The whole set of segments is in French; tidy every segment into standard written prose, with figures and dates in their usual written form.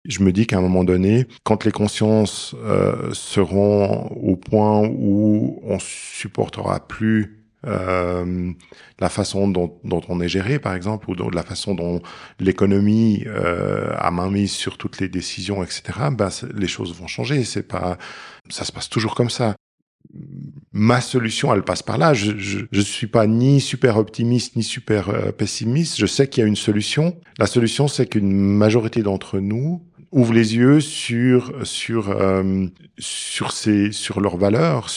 je me dis qu'à un moment donné, quand les consciences seront au point où on supportera plus la façon dont on est géré, par exemple, ou de la façon dont l'économie a mainmise sur toutes les décisions, etc., les choses vont changer. Ça se passe toujours comme ça. Ma solution, elle passe par là. Je suis pas ni super optimiste ni super pessimiste. Je sais qu'il y a une solution. La solution, c'est qu'une majorité d'entre nous ouvrent les yeux sur leurs valeurs,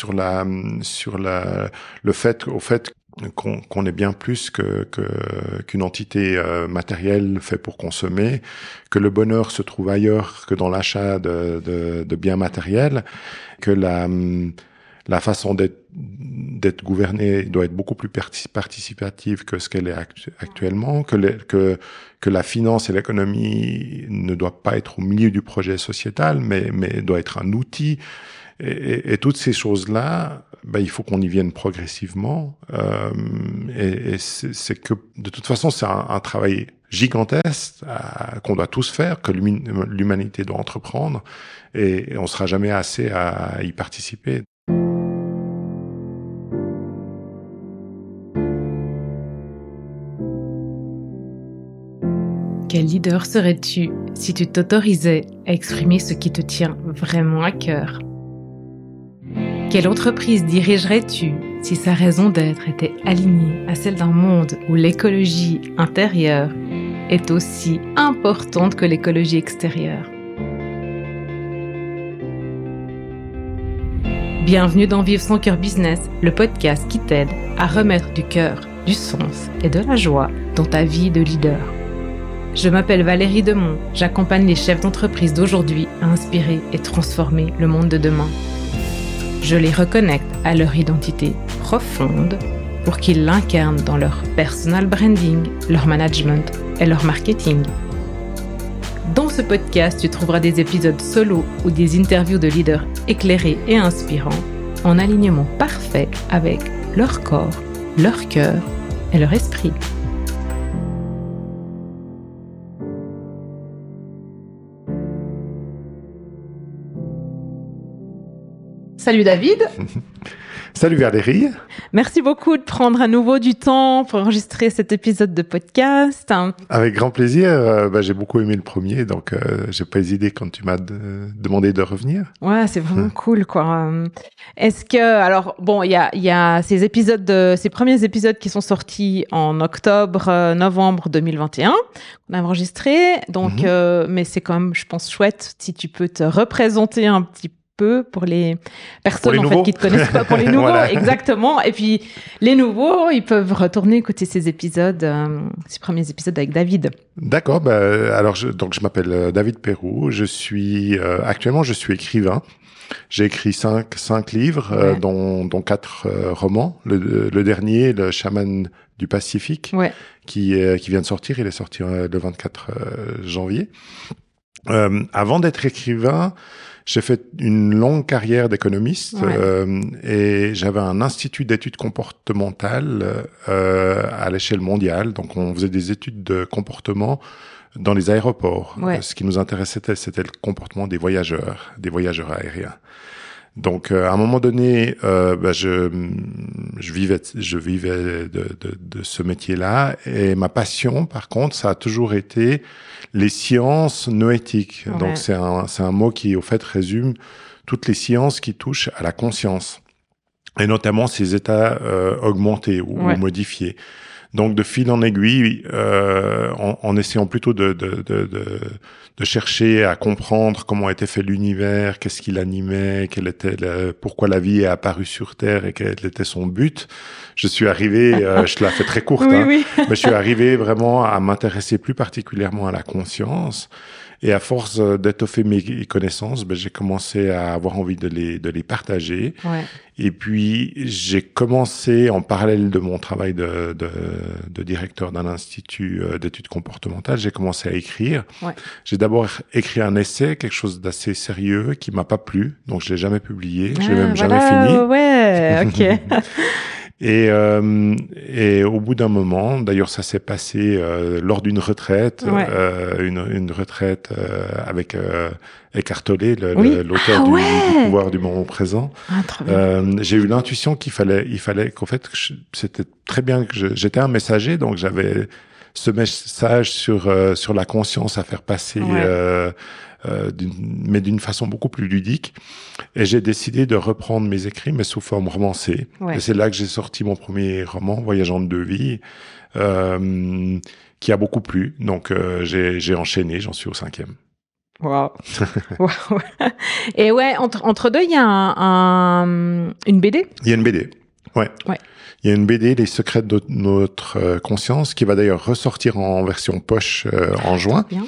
au fait qu'on est bien plus qu'une entité matérielle faite pour consommer, que le bonheur se trouve ailleurs que dans l'achat de biens matériels, que la façon d'être gouvernée doit être beaucoup plus participative que ce qu'elle est actuellement, que la finance et l'économie ne doivent pas être au milieu du projet sociétal, mais doit être un outil. Et toutes ces choses-là, il faut qu'on y vienne progressivement. Et c'est que, de toute façon, c'est un travail gigantesque qu'on doit tous faire, que l'humanité doit entreprendre, et on sera jamais assez à y participer. Quel leader serais-tu si tu t'autorisais à exprimer ce qui te tient vraiment à cœur? Quelle entreprise dirigerais-tu si sa raison d'être était alignée à celle d'un monde où l'écologie intérieure est aussi importante que l'écologie extérieure? Bienvenue dans Vivre son cœur business, le podcast qui t'aide à remettre du cœur, du sens et de la joie dans ta vie de leader. Je m'appelle Valérie Demont, j'accompagne les chefs d'entreprise d'aujourd'hui à inspirer et transformer le monde de demain. Je les reconnecte à leur identité profonde pour qu'ils l'incarnent dans leur personal branding, leur management et leur marketing. Dans ce podcast, tu trouveras des épisodes solo ou des interviews de leaders éclairés et inspirants en alignement parfait avec leur corps, leur cœur et leur esprit. Salut David. Salut Valérie. Merci beaucoup de prendre à nouveau du temps pour enregistrer cet épisode de podcast. Avec grand plaisir. J'ai beaucoup aimé le premier, donc j'ai pas hésité quand tu m'as demandé de revenir. Ouais, c'est vraiment cool, quoi. Est-ce que, alors, bon, il y a ces premiers épisodes qui sont sortis en novembre 2021, qu'on a enregistré. Donc, mais c'est quand même, je pense, chouette si tu peux te représenter un petit peu pour les personnes qui te connaissent pas, pour les nouveaux, voilà. Exactement. Et puis les nouveaux, ils peuvent retourner écouter ces épisodes, ces premiers épisodes avec David. D'accord. Alors je m'appelle David Perroux. Actuellement je suis écrivain. J'ai écrit cinq livres, dont 4 romans. Le dernier, Le Chaman du Pacifique, qui vient de sortir. Il est sorti le 24 janvier. Avant d'être écrivain, j'ai fait une longue carrière d'économiste et j'avais un institut d'études comportementales à l'échelle mondiale. Donc, on faisait des études de comportement dans les aéroports. Ce qui nous intéressait, c'était le comportement des voyageurs aériens. Donc, à un moment donné, je vivais de ce métier-là, et ma passion, par contre, ça a toujours été les sciences noétiques. Ouais. Donc, c'est un mot qui, au fait, résume toutes les sciences qui touchent à la conscience, et notamment ces états augmentés ou modifiés. Donc, de fil en aiguille, en essayant plutôt de chercher à comprendre comment était fait l'univers, qu'est-ce qui l'animait, pourquoi la vie est apparue sur Terre et quel était son but, je suis arrivé, je te la fais très courte, mais je suis arrivé vraiment à m'intéresser plus particulièrement à la conscience. Et à force d'étoffer mes connaissances, j'ai commencé à avoir envie de les partager. Ouais. Et puis, j'ai commencé, en parallèle de mon travail de directeur d'un institut d'études comportementales, j'ai commencé à écrire. Ouais. J'ai d'abord écrit un essai, quelque chose d'assez sérieux, qui m'a pas plu. Donc, je l'ai jamais publié. Je l'ai même jamais fini. Ouais, ok. Et au bout d'un moment, d'ailleurs, ça s'est passé lors d'une retraite, une retraite avec Eckhart Tolle, l'auteur du pouvoir du moment présent. J'ai eu l'intuition qu'il fallait qu'en fait, c'était très bien que j'étais un messager, donc j'avais ce message sur la conscience à faire passer. Mais d'une façon beaucoup plus ludique. Et j'ai décidé de reprendre mes écrits, mais sous forme romancée. Et c'est là que j'ai sorti mon premier roman, Voyageant de deux vies, qui a beaucoup plu. Donc, j'ai enchaîné, j'en suis au 5e. Wow. Et entre deux, il y a une BD? Il y a une BD, ouais. Il y a une BD, Les secrets de notre conscience, qui va d'ailleurs ressortir en version poche en juin. Bien.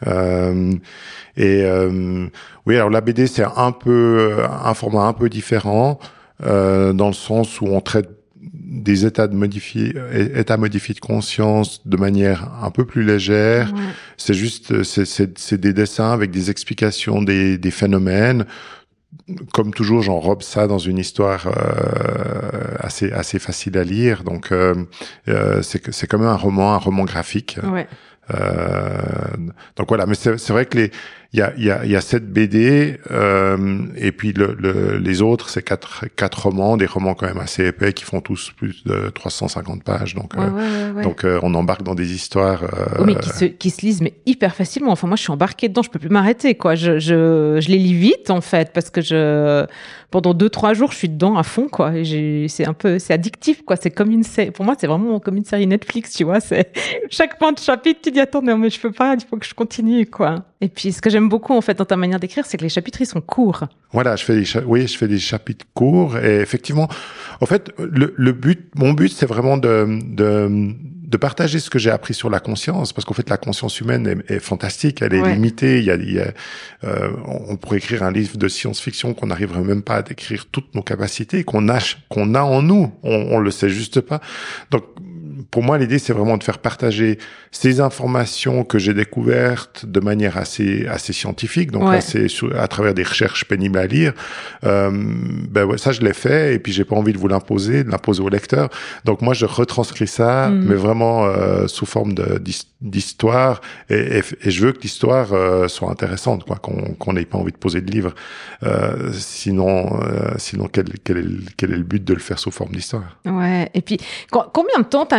Oui, alors la BD, c'est un format un peu différent, dans le sens où on traite des états modifiés de conscience de manière un peu plus légère. Ouais. C'est juste, c'est des dessins avec des explications des phénomènes. Comme toujours, j'enrobe ça dans une histoire assez facile à lire. Donc, c'est comme un roman graphique. Ouais. Donc voilà, mais c'est vrai que il y a cette BD et puis les autres, c'est quatre romans, des romans quand même assez épais qui font tous plus de 350 pages. Donc donc on embarque dans des histoires mais qui se lisent mais hyper facilement. Enfin moi je suis embarquée dedans, je peux plus m'arrêter quoi. Je les lis vite en fait parce que pendant 2-3 jours, je suis dedans à fond, quoi. C'est addictif, quoi. C'est comme une série. Pour moi, c'est vraiment comme une série Netflix, tu vois. C'est chaque fin de chapitre, tu dis attends, non, mais je peux pas. Il faut que je continue, quoi. Et puis, ce que j'aime beaucoup, en fait, dans ta manière d'écrire, c'est que les chapitres, ils sont courts. Voilà, je fais des chapitres courts. Et effectivement, en fait, mon but, c'est vraiment de partager ce que j'ai appris sur la conscience, parce qu'en fait la conscience humaine est fantastique, elle est limitée. On pourrait écrire un livre de science-fiction qu'on n'arriverait même pas à décrire toutes nos capacités qu'on a en nous. On le sait juste pas. Donc pour moi, l'idée, c'est vraiment de faire partager ces informations que j'ai découvertes de manière assez scientifique, donc à travers des recherches pénibles à lire. Ça, je l'ai fait, et puis j'ai pas envie de l'imposer au lecteur. Donc moi, je retranscris ça, mais vraiment sous forme d'histoire, et je veux que l'histoire soit intéressante, quoi, qu'on n'ait pas envie de poser de livre. Sinon, quel est le but de le faire sous forme d'histoire? Ouais. Et puis, combien de temps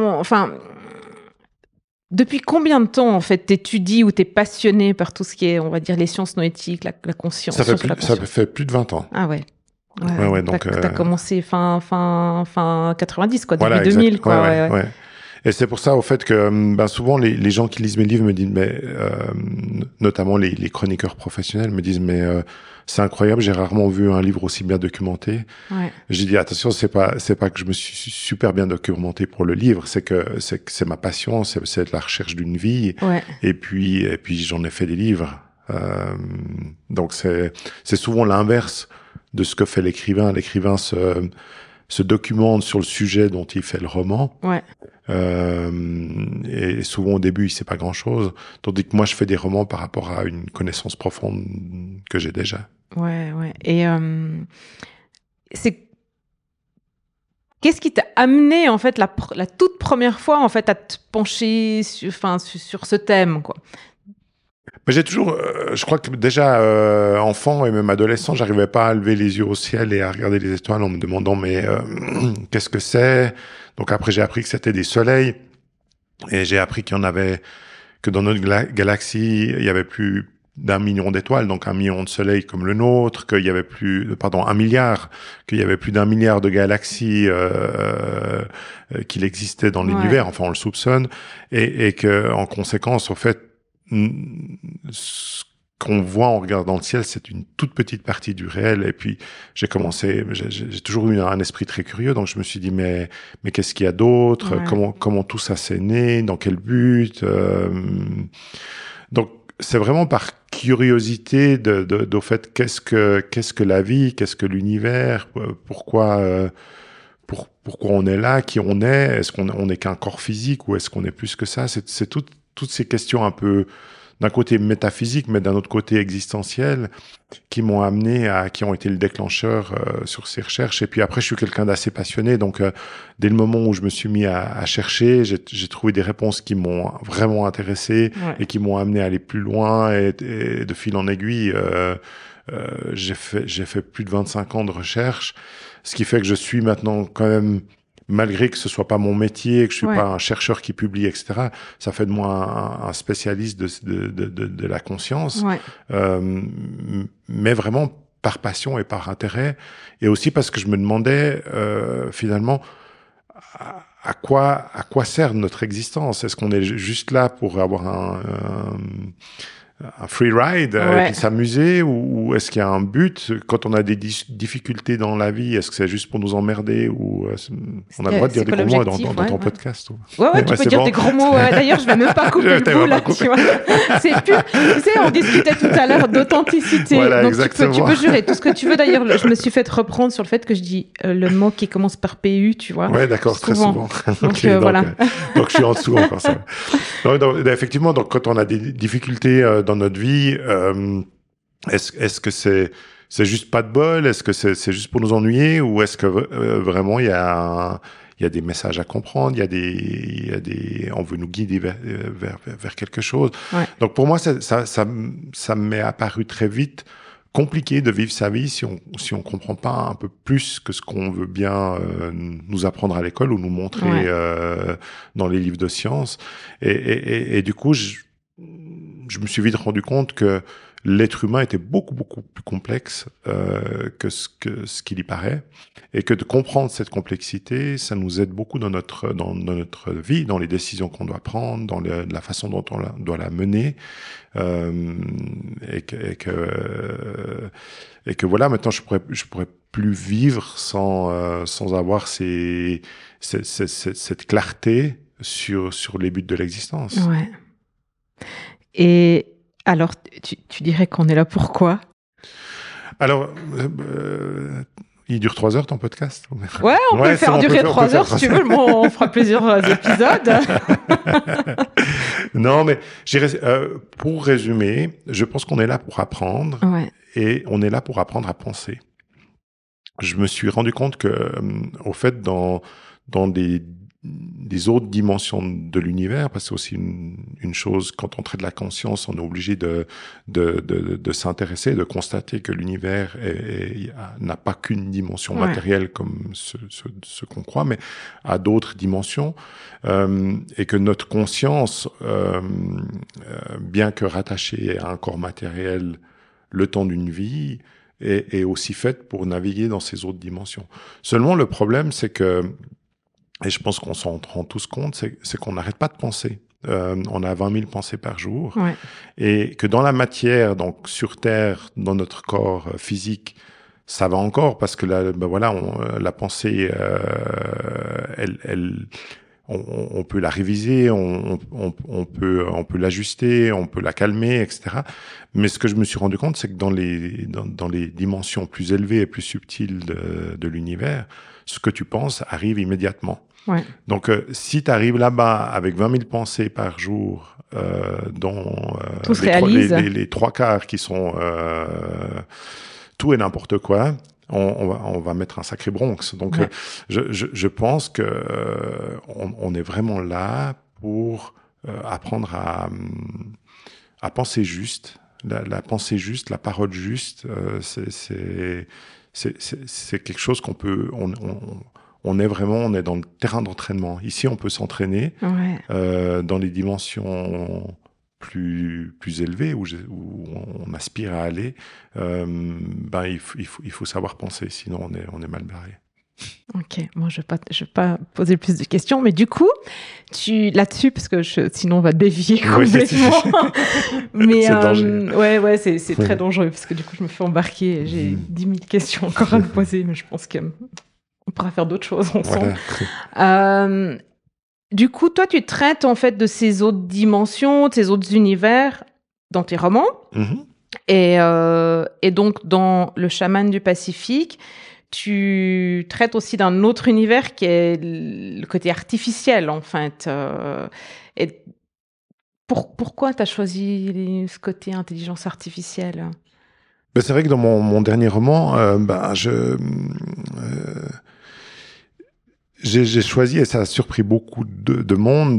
depuis combien de temps, en fait, t'étudies ou t'es passionné par tout ce qui est, on va dire, les sciences noétiques, la conscience? Ça fait plus de 20 ans. Ah ouais. Ouais, donc t'as commencé fin 90, quoi, début 2000, quoi. Ouais. Et c'est pour ça, au fait, que souvent les gens qui lisent mes livres me disent, notamment les chroniqueurs professionnels me disent, c'est incroyable, j'ai rarement vu un livre aussi bien documenté. Ouais. J'ai dit attention, c'est pas que je me suis super bien documenté pour le livre, c'est ma passion, c'est la recherche d'une vie. Ouais. Et puis j'en ai fait des livres. Donc c'est souvent l'inverse de ce que fait l'écrivain. L'écrivain se documente sur le sujet dont il fait le roman. Ouais. Et souvent au début il sait pas grand chose, tandis que moi je fais des romans par rapport à une connaissance profonde que j'ai déjà. Ouais. Et qu'est-ce qui t'a amené en fait la toute première fois en fait à te pencher sur ce thème, quoi? Mais j'ai toujours, je crois que déjà enfant et même adolescent, j'arrivais pas à lever les yeux au ciel et à regarder les étoiles en me demandant qu'est-ce que c'est. Donc après j'ai appris que c'était des soleils, et j'ai appris qu'il y en avait, que dans notre galaxie il y avait plus d'1 million d'étoiles, donc 1 million de soleils comme le nôtre, qu'il y avait un milliard, qu'il y avait plus d'1 milliard de galaxies qu'il existait dans l'univers. Enfin on le soupçonne, et que en conséquence au fait ce qu'on voit en regardant le ciel, c'est une toute petite partie du réel. Et puis j'ai toujours eu un esprit très curieux, donc je me suis dit mais qu'est-ce qu'il y a d'autre? Comment tout ça s'est né? Dans quel but? Donc c'est vraiment par curiosité au fait qu'est-ce que la vie, qu'est-ce que l'univers, pourquoi on est là, qui on est, est-ce qu'on est qu'un corps physique ou est-ce qu'on est plus que ça? C'est toutes ces questions un peu d'un côté métaphysique, mais d'un autre côté existentiel, qui m'ont amené qui ont été le déclencheur sur ces recherches. Et puis après, je suis quelqu'un d'assez passionné, donc dès le moment où je me suis mis à chercher, j'ai trouvé des réponses qui m'ont vraiment intéressé et qui m'ont amené à aller plus loin, et de fil en aiguille, j'ai fait plus de 25 ans de recherche, ce qui fait que je suis maintenant quand même, malgré que ce soit pas mon métier, que je suis pas un chercheur qui publie, etc., ça fait de moi un spécialiste de la conscience, mais vraiment par passion et par intérêt, et aussi parce que je me demandais finalement à quoi sert notre existence. Est-ce qu'on est juste là pour avoir un free ride et puis s'amuser, ou est-ce qu'il y a un but quand on a des difficultés dans la vie? Est-ce que c'est juste pour nous emmerder, ou on a le droit de dire des gros mots dans ton podcast? Ouais, tu peux dire des gros mots. D'ailleurs, je vais même pas couper le bout là. Tu vois. C'est pur. Tu sais, on discutait tout à l'heure d'authenticité. Voilà, donc exactement. tu peux jurer tout ce que tu veux. D'ailleurs, je me suis fait reprendre sur le fait que je dis le mot qui commence par PU, tu vois. Ouais, d'accord, très souvent. Donc voilà. Donc je suis en dessous encore ça. Donc, effectivement, donc quand on a des difficultés dans notre vie, est-ce que c'est juste pas de bol? Est-ce que c'est juste pour nous ennuyer, ou est-ce que vraiment il y a des messages à comprendre, il y a des on veut nous guider vers quelque chose. Donc pour moi ça m'est apparu très vite compliqué de vivre sa vie si on comprend pas un peu plus que ce qu'on veut bien nous apprendre à l'école ou nous montrer dans les livres de sciences. Et du coup, je me suis vite rendu compte que l'être humain était beaucoup plus complexe que ce qu'il y paraît, et que de comprendre cette complexité, ça nous aide beaucoup dans notre vie, dans les décisions qu'on doit prendre, dans la façon dont on doit la mener, et que voilà, maintenant je pourrais plus vivre sans avoir cette clarté sur les buts de l'existence. Ouais. Et alors, tu dirais qu'on est là pour quoi? Alors, il dure 3 heures ton podcast? Ouais, on peut le faire durer 3 heures si tu veux. Bon, on fera plusieurs épisodes. Non, mais pour résumer, je pense qu'on est là pour apprendre, et on est là pour apprendre à penser. Je me suis rendu compte que, au fait, dans des autres dimensions de l'univers, parce que c'est aussi une chose, quand on traite de la conscience, on est obligé de s'intéresser, de constater que l'univers n'a pas qu'une dimension matérielle comme ce qu'on croit, mais a d'autres dimensions, et que notre conscience, bien que rattachée à un corps matériel le temps d'une vie, est aussi faite pour naviguer dans ces autres dimensions. Seulement, le problème, c'est que, et je pense qu'on s'en rend tous compte, c'est qu'on n'arrête pas de penser. On a 20 000 pensées par jour. Et que dans la matière, donc sur Terre, dans notre corps physique, ça va encore, parce que la pensée, on peut la réviser, on peut l'ajuster, on peut la calmer, etc. Mais ce que je me suis rendu compte, c'est que dans les dimensions plus élevées et plus subtiles de l'univers, ce que tu penses arrive immédiatement. Donc, si tu arrives là-bas avec 20 000 pensées par jour, dont les 3/4 qui sont tout et n'importe quoi, on va mettre un sacré Bronx. Donc, je pense que on est vraiment là pour apprendre à penser juste. La pensée juste, la parole juste, c'est quelque chose qu'on peut. On est dans le terrain d'entraînement. Ici, on peut s'entraîner dans les dimensions plus élevées où on aspire à aller. Il faut savoir penser, sinon on est mal barré. Ok, moi je vais pas poser plus de questions, mais du coup, là-dessus, parce que sinon on va dévier complètement. Mais c'est dangereux. C'est très dangereux, parce que du coup je me fais embarquer et j'ai 10 000 questions encore à me poser, mais je pense qu'on pourra faire d'autres choses ensemble. Voilà. Du coup, toi tu traites en fait de ces autres dimensions, de ces autres univers dans tes romans, et donc dans Le Chaman du Pacifique, tu traites aussi d'un autre univers qui est le côté artificiel, en fait. Et Pourquoi tu as choisi ce côté intelligence artificielle? Ben, c'est vrai que dans mon dernier roman, j'ai choisi, et ça a surpris beaucoup de monde,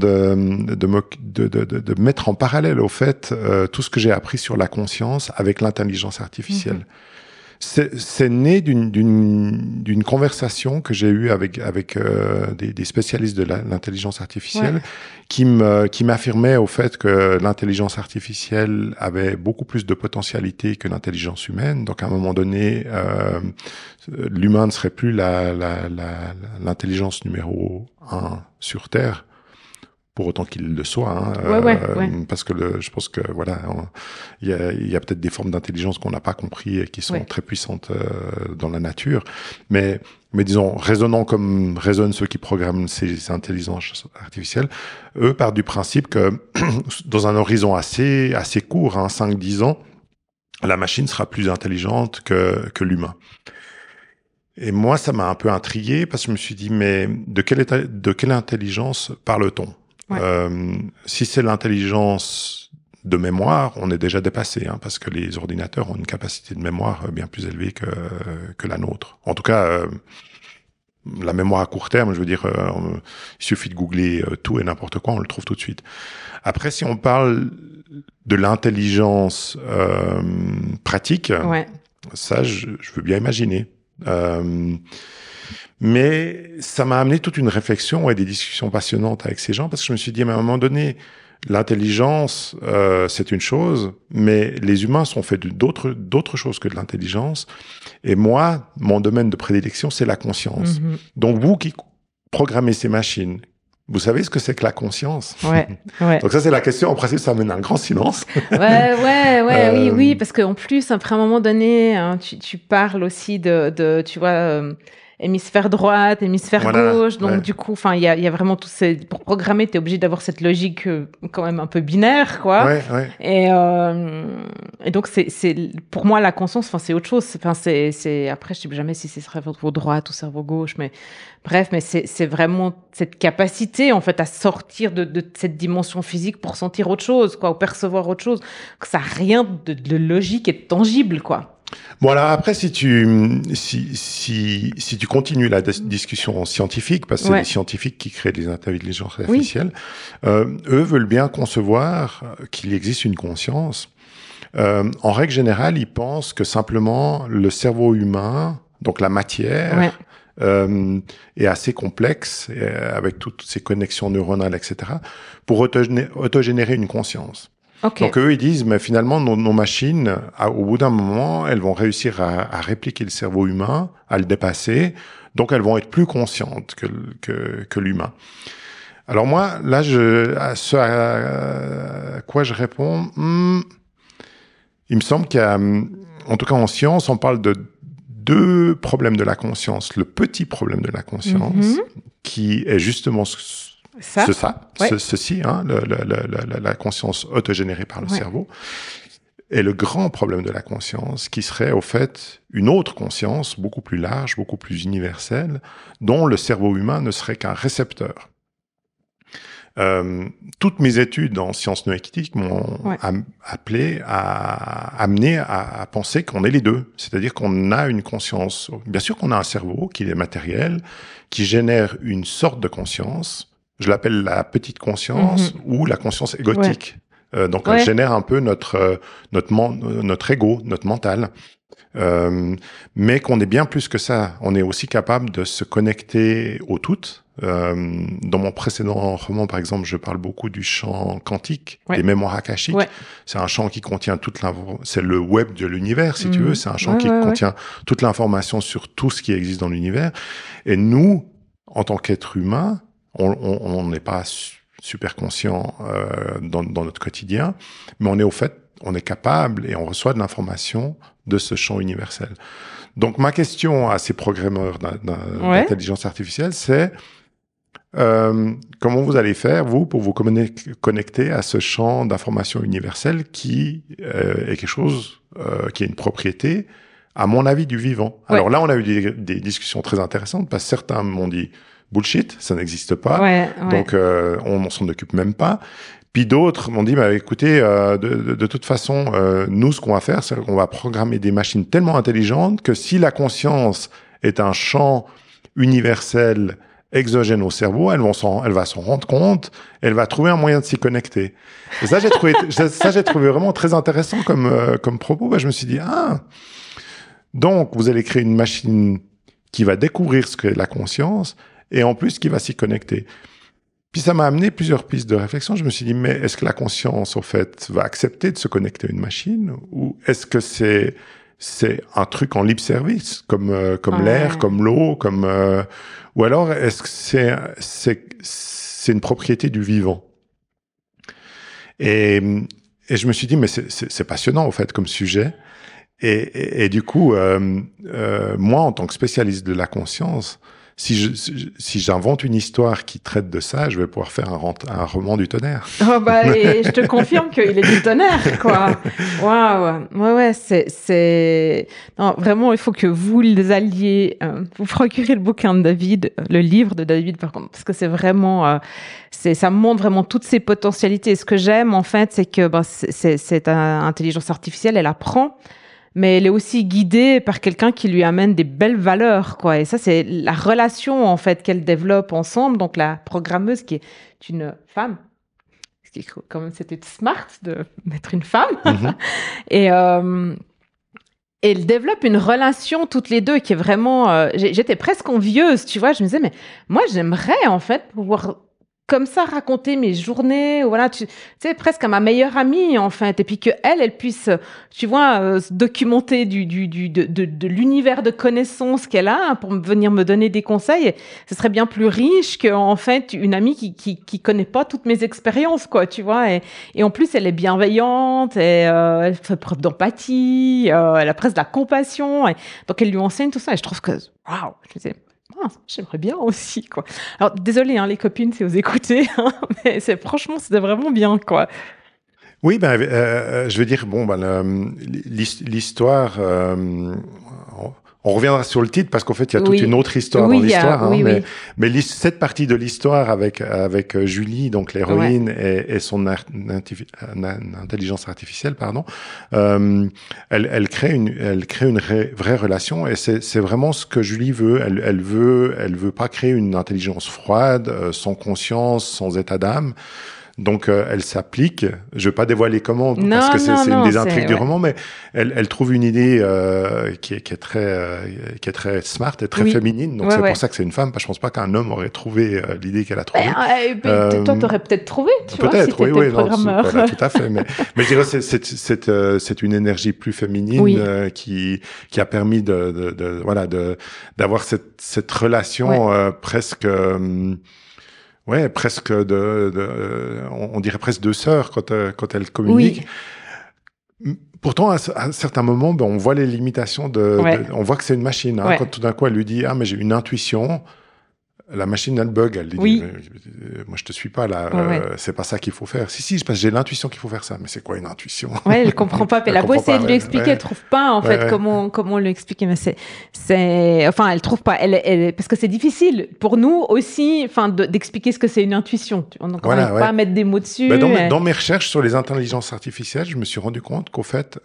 de mettre en parallèle, au fait, tout ce que j'ai appris sur la conscience avec l'intelligence artificielle. C'est né d'une conversation que j'ai eue avec des spécialistes de l'intelligence artificielle qui m'affirmaient au fait que l'intelligence artificielle avait beaucoup plus de potentialité que l'intelligence humaine. Donc à un moment donné, l'humain ne serait plus l'intelligence numéro 1 sur Terre. Pour autant qu'il le soit, hein, parce que je pense que voilà, il y a peut-être des formes d'intelligence qu'on n'a pas compris et qui sont très puissantes dans la nature, mais disons, raisonnant comme raisonnent ceux qui programment ces intelligences artificielles, eux partent du principe que dans un horizon assez court, 5-10 ans, la machine sera plus intelligente que l'humain. Et moi, ça m'a un peu intrigué parce que je me suis dit, mais de quelle intelligence parle-t-on? Si c'est l'intelligence de mémoire, on est déjà dépassé, parce que les ordinateurs ont une capacité de mémoire bien plus élevée que la nôtre. En tout cas, la mémoire à court terme, je veux dire, il suffit de googler tout et n'importe quoi, on le trouve tout de suite. Après, si on parle de l'intelligence pratique, ça, je veux bien imaginer. Mais ça m'a amené toute une réflexion et des discussions passionnantes avec ces gens, parce que je me suis dit, à un moment donné, l'intelligence, c'est une chose, mais les humains sont faits d'autres choses que de l'intelligence. Et moi, mon domaine de prédilection, c'est la conscience. Donc vous qui programmez ces machines, vous savez ce que c'est que la conscience? Donc ça, c'est la question. En principe, ça amène un grand silence. Oui, parce qu'en plus, après un moment donné, tu parles aussi de tu vois, hémisphère droite, hémisphère gauche. Donc du coup, enfin, il y a vraiment tout ces, pour programmer, t'es obligé d'avoir cette logique quand même un peu binaire, quoi. Et donc c'est pour moi la conscience, enfin c'est autre chose. Enfin c'est après je sais jamais si c'est cerveau droite ou cerveau gauche, mais bref, mais c'est vraiment cette capacité en fait à sortir de cette dimension physique pour sentir autre chose, quoi, ou percevoir autre chose. Que ça a rien de logique et de tangible, quoi. Bon, alors après, si tu continues la discussion scientifique, parce que c'est les scientifiques qui créent des intelligences artificielles, eux veulent bien concevoir qu'il existe une conscience. En règle générale, ils pensent que simplement le cerveau humain, donc la matière, est assez complexe, avec toutes ces connexions neuronales, etc., pour autogénérer une conscience. Donc eux, ils disent, mais finalement, nos machines, au bout d'un moment, elles vont réussir à répliquer le cerveau humain, à le dépasser, donc elles vont être plus conscientes que l'humain. Alors moi, là, à quoi je réponds, il me semble qu'il y a, en tout cas en science, on parle de deux problèmes de la conscience. Le petit problème de la conscience, qui est justement ceci, la conscience autogénérée par le cerveau, et le grand problème de la conscience, qui serait au fait une autre conscience, beaucoup plus large, beaucoup plus universelle, dont le cerveau humain ne serait qu'un récepteur. Toutes mes études en sciences noétiques m'ont amené à penser qu'on est les deux. C'est-à-dire qu'on a une conscience. Bien sûr qu'on a un cerveau qui est matériel, qui génère une sorte de conscience. Je l'appelle la petite conscience ou la conscience égotique. Donc, elle génère un peu notre ego, notre mental. Mais qu'on est bien plus que ça. On est aussi capable de se connecter au tout. Dans mon précédent roman, par exemple, je parle beaucoup du champ quantique, des mémoires akashiques. C'est un champ qui contient c'est le web de l'univers, si tu veux. C'est un champ qui contient toute l'information sur tout ce qui existe dans l'univers. Et nous, en tant qu'êtres humains, on n'est pas super conscient dans notre quotidien, mais on est capable et on reçoit de l'information de ce champ universel. Donc ma question à ces programmeurs d'intelligence artificielle, c'est comment vous allez faire, vous, pour vous connecter à ce champ d'information universelle qui est quelque chose qui est une propriété, à mon avis, du vivant. Alors là, on a eu des discussions très intéressantes, parce que certains m'ont dit bullshit, ça n'existe pas, donc on s'en occupe même pas. Puis d'autres m'ont dit, bah, écoutez, de toute façon, nous, ce qu'on va faire, c'est qu'on va programmer des machines tellement intelligentes que si la conscience est un champ universel exogène au cerveau, elle va s'en rendre compte, elle va trouver un moyen de s'y connecter. Et ça, j'ai trouvé vraiment très intéressant comme propos. Bah, je me suis dit, donc vous allez créer une machine qui va découvrir ce qu'est la conscience et en plus qui va s'y connecter. Puis ça m'a amené plusieurs pistes de réflexion. Je me suis dit, mais est-ce que la conscience, au fait, va accepter de se connecter à une machine ou est-ce que c'est un truc en libre service, comme l'air, comme l'eau, ou alors est-ce que c'est une propriété du vivant? Et je me suis dit, mais c'est passionnant, au fait, comme sujet. Et du coup, moi, en tant que spécialiste de la conscience, si j'invente une histoire qui traite de ça, je vais pouvoir faire un roman du tonnerre. Oh bah, et je te confirme qu'il est du tonnerre, quoi. Waouh. Ouais, non, vraiment, il faut que vous les alliez, vous procurez le bouquin de David, le livre de David, par contre, parce que c'est vraiment, ça montre vraiment toutes ses potentialités. Et ce que j'aime, en fait, c'est que, cette intelligence artificielle, elle apprend, mais elle est aussi guidée par quelqu'un qui lui amène des belles valeurs, quoi. Et ça, c'est la relation, en fait, qu'elle développe ensemble. Donc, la programmeuse, qui est une femme, ce qui, quand même, c'était smart de mettre une femme. Mm-hmm. Et elles développent une relation toutes les deux qui est vraiment... j'étais presque envieuse, tu vois. Je me disais, mais moi, j'aimerais, en fait, pouvoir... comme ça raconter mes journées, voilà, tu sais, presque à ma meilleure amie, en fait, et puis que elle puisse, tu vois, se documenter de l'univers de connaissances qu'elle a pour venir me donner des conseils. Ce serait bien plus riche qu'en fait une amie qui connaît pas toutes mes expériences, quoi, tu vois, et en plus elle est bienveillante, et elle fait preuve d'empathie, elle a presque de la compassion, et donc elle lui enseigne tout ça, et je trouve que, waouh, je me disais, j'aimerais bien aussi, quoi. Alors, désolé, les copines, si vous écoutez, mais franchement, c'était vraiment bien, quoi. Oui, je veux dire, l'histoire, on reviendra sur le titre parce qu'en fait, il y a toute une autre histoire dans l'histoire. Mais cette partie de l'histoire avec Julie, donc l'héroïne, et son intelligence artificielle, pardon, elle crée une vraie relation, et c'est vraiment ce que Julie veut. Elle veut pas créer une intelligence froide, sans conscience, sans état d'âme. Donc elle s'applique. Je vais pas dévoiler comment parce que c'est une des intrigues du roman, mais elle trouve une idée qui est très smart et très féminine. Donc c'est pour ça que c'est une femme. Je pense pas qu'un homme aurait trouvé l'idée qu'elle a trouvée. Toi, t'aurais peut-être trouvé, tu vois, si t'étais programmeur. Non, voilà, tout à fait. Mais je dirais c'est une énergie plus féminine qui a permis d'avoir cette relation presque. Ouais, presque on dirait presque deux sœurs quand elles communiquent. Oui. Pourtant, à certains moments, on voit les limitations on voit que c'est une machine. Quand tout d'un coup, elle lui dit, mais j'ai une intuition. La machine, elle bug. Elle dit, moi, je te suis pas là. C'est pas ça qu'il faut faire. Si, parce que j'ai l'intuition qu'il faut faire ça. Mais c'est quoi une intuition? Ouais, elle comprend pas. Elle a beau essayer de lui expliquer, elle trouve pas, en fait, comment lui expliquer. Mais enfin, elle trouve pas. Parce que c'est difficile pour nous aussi, d'expliquer ce que c'est une intuition. On n'arrive pas à mettre des mots dessus. Dans mes recherches sur les intelligences artificielles, je me suis rendu compte qu'au fait,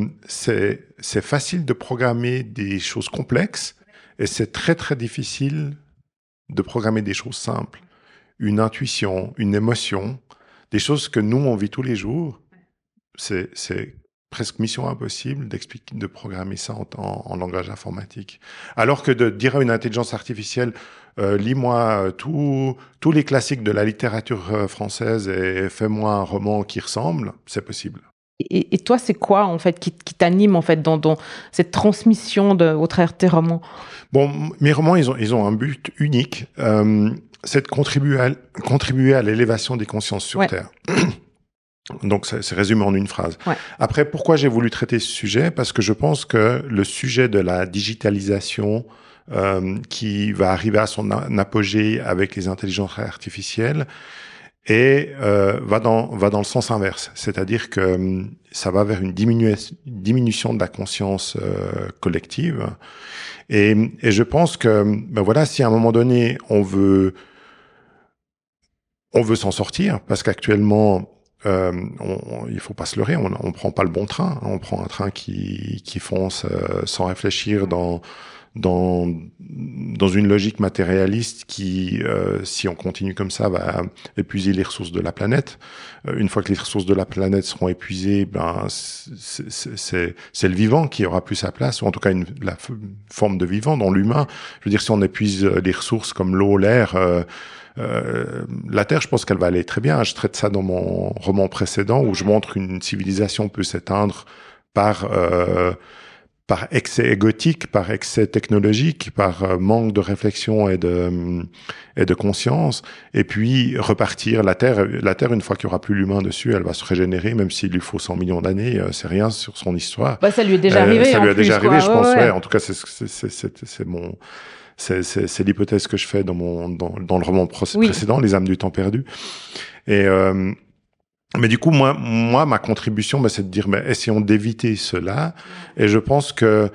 c'est facile de programmer des choses complexes et c'est très, très difficile de programmer des choses simples, une intuition, une émotion, des choses que nous, on vit tous les jours. C'est presque mission impossible de programmer ça en langage informatique. Alors que de dire à une intelligence artificielle, lis-moi tous les classiques de la littérature française et fais-moi un roman qui ressemble, c'est possible. Et toi, c'est quoi, en fait, qui t'anime, en fait, dans cette transmission au travers de tes romans? Bon, mes romans, ils ont un but unique, c'est de contribuer à l'élévation des consciences sur Terre. Donc, c'est résumé en une phrase. Ouais. Après, pourquoi j'ai voulu traiter ce sujet? Parce que je pense que le sujet de la digitalisation, qui va arriver à son apogée avec les intelligences artificielles, et va dans le sens inverse, c'est-à-dire que ça va vers une diminution de la conscience collective, et je pense que si à un moment donné on veut s'en sortir, parce qu'actuellement il faut pas se leurrer, on prend pas le bon train, on prend un train qui fonce sans réfléchir dans une logique matérialiste qui, si on continue comme ça, va épuiser les ressources de la planète. Une fois que les ressources de la planète seront épuisées, ben c'est le vivant qui aura plus sa place, ou en tout cas la forme de vivant, dont l'humain. Je veux dire, si on épuise les ressources comme l'eau, l'air, la Terre, je pense qu'elle va aller très bien. Je traite ça dans mon roman précédent où je montre une civilisation peut s'éteindre par excès égotique, par excès technologique, par manque de réflexion et de conscience, et puis repartir. La Terre, une fois qu'il y aura plus l'humain dessus, elle va se régénérer, même s'il lui faut 100 millions d'années, c'est rien sur son histoire. Bah, ça lui est déjà arrivé. Ça lui est déjà arrivé, je pense. Ouais. En tout cas, c'est l'hypothèse que je fais dans le roman précédent, Les âmes du temps perdu. Et mais du coup, moi, ma contribution, c'est de dire, essayons d'éviter cela. Et je pense que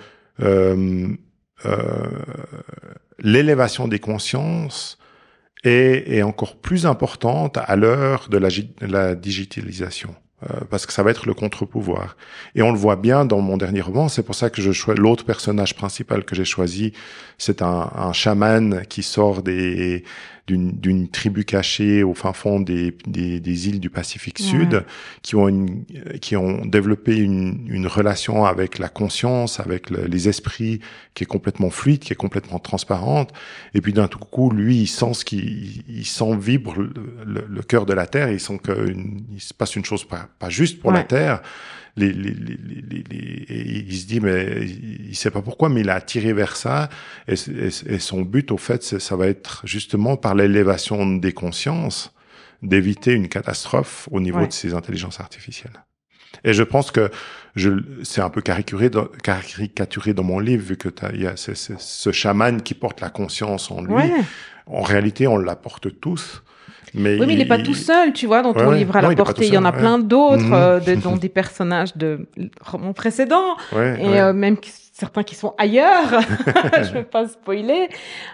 l'élévation des consciences est encore plus importante à l'heure de la digitalisation. Parce que ça va être le contre-pouvoir. Et on le voit bien dans mon dernier roman, c'est pour ça que l'autre personnage principal que j'ai choisi, c'est un chaman qui sort d'une tribu cachée au fin fond des îles du Pacifique Sud, qui ont développé une relation avec la conscience, avec les esprits, qui est complètement fluide, qui est complètement transparente. Et puis d'un tout coup, lui, il sent vibre le cœur de la Terre, il sent il se passe une chose pas juste pour la Terre. Et il se dit, mais il sait pas pourquoi, mais il a attiré vers ça. Et son but, au fait, ça va être justement par l'élévation des consciences, d'éviter une catastrophe au niveau de ces intelligences artificielles. Et je pense que c'est un peu caricaturé dans mon livre, vu que il y a ce chaman qui porte la conscience en lui. En réalité, on la porte tous. Mais il n'est pas tout seul, tu vois, dans ton livre à la portée. Il y en a plein d'autres, dont des personnages de romans précédents, même certains qui sont ailleurs. Je ne vais pas spoiler.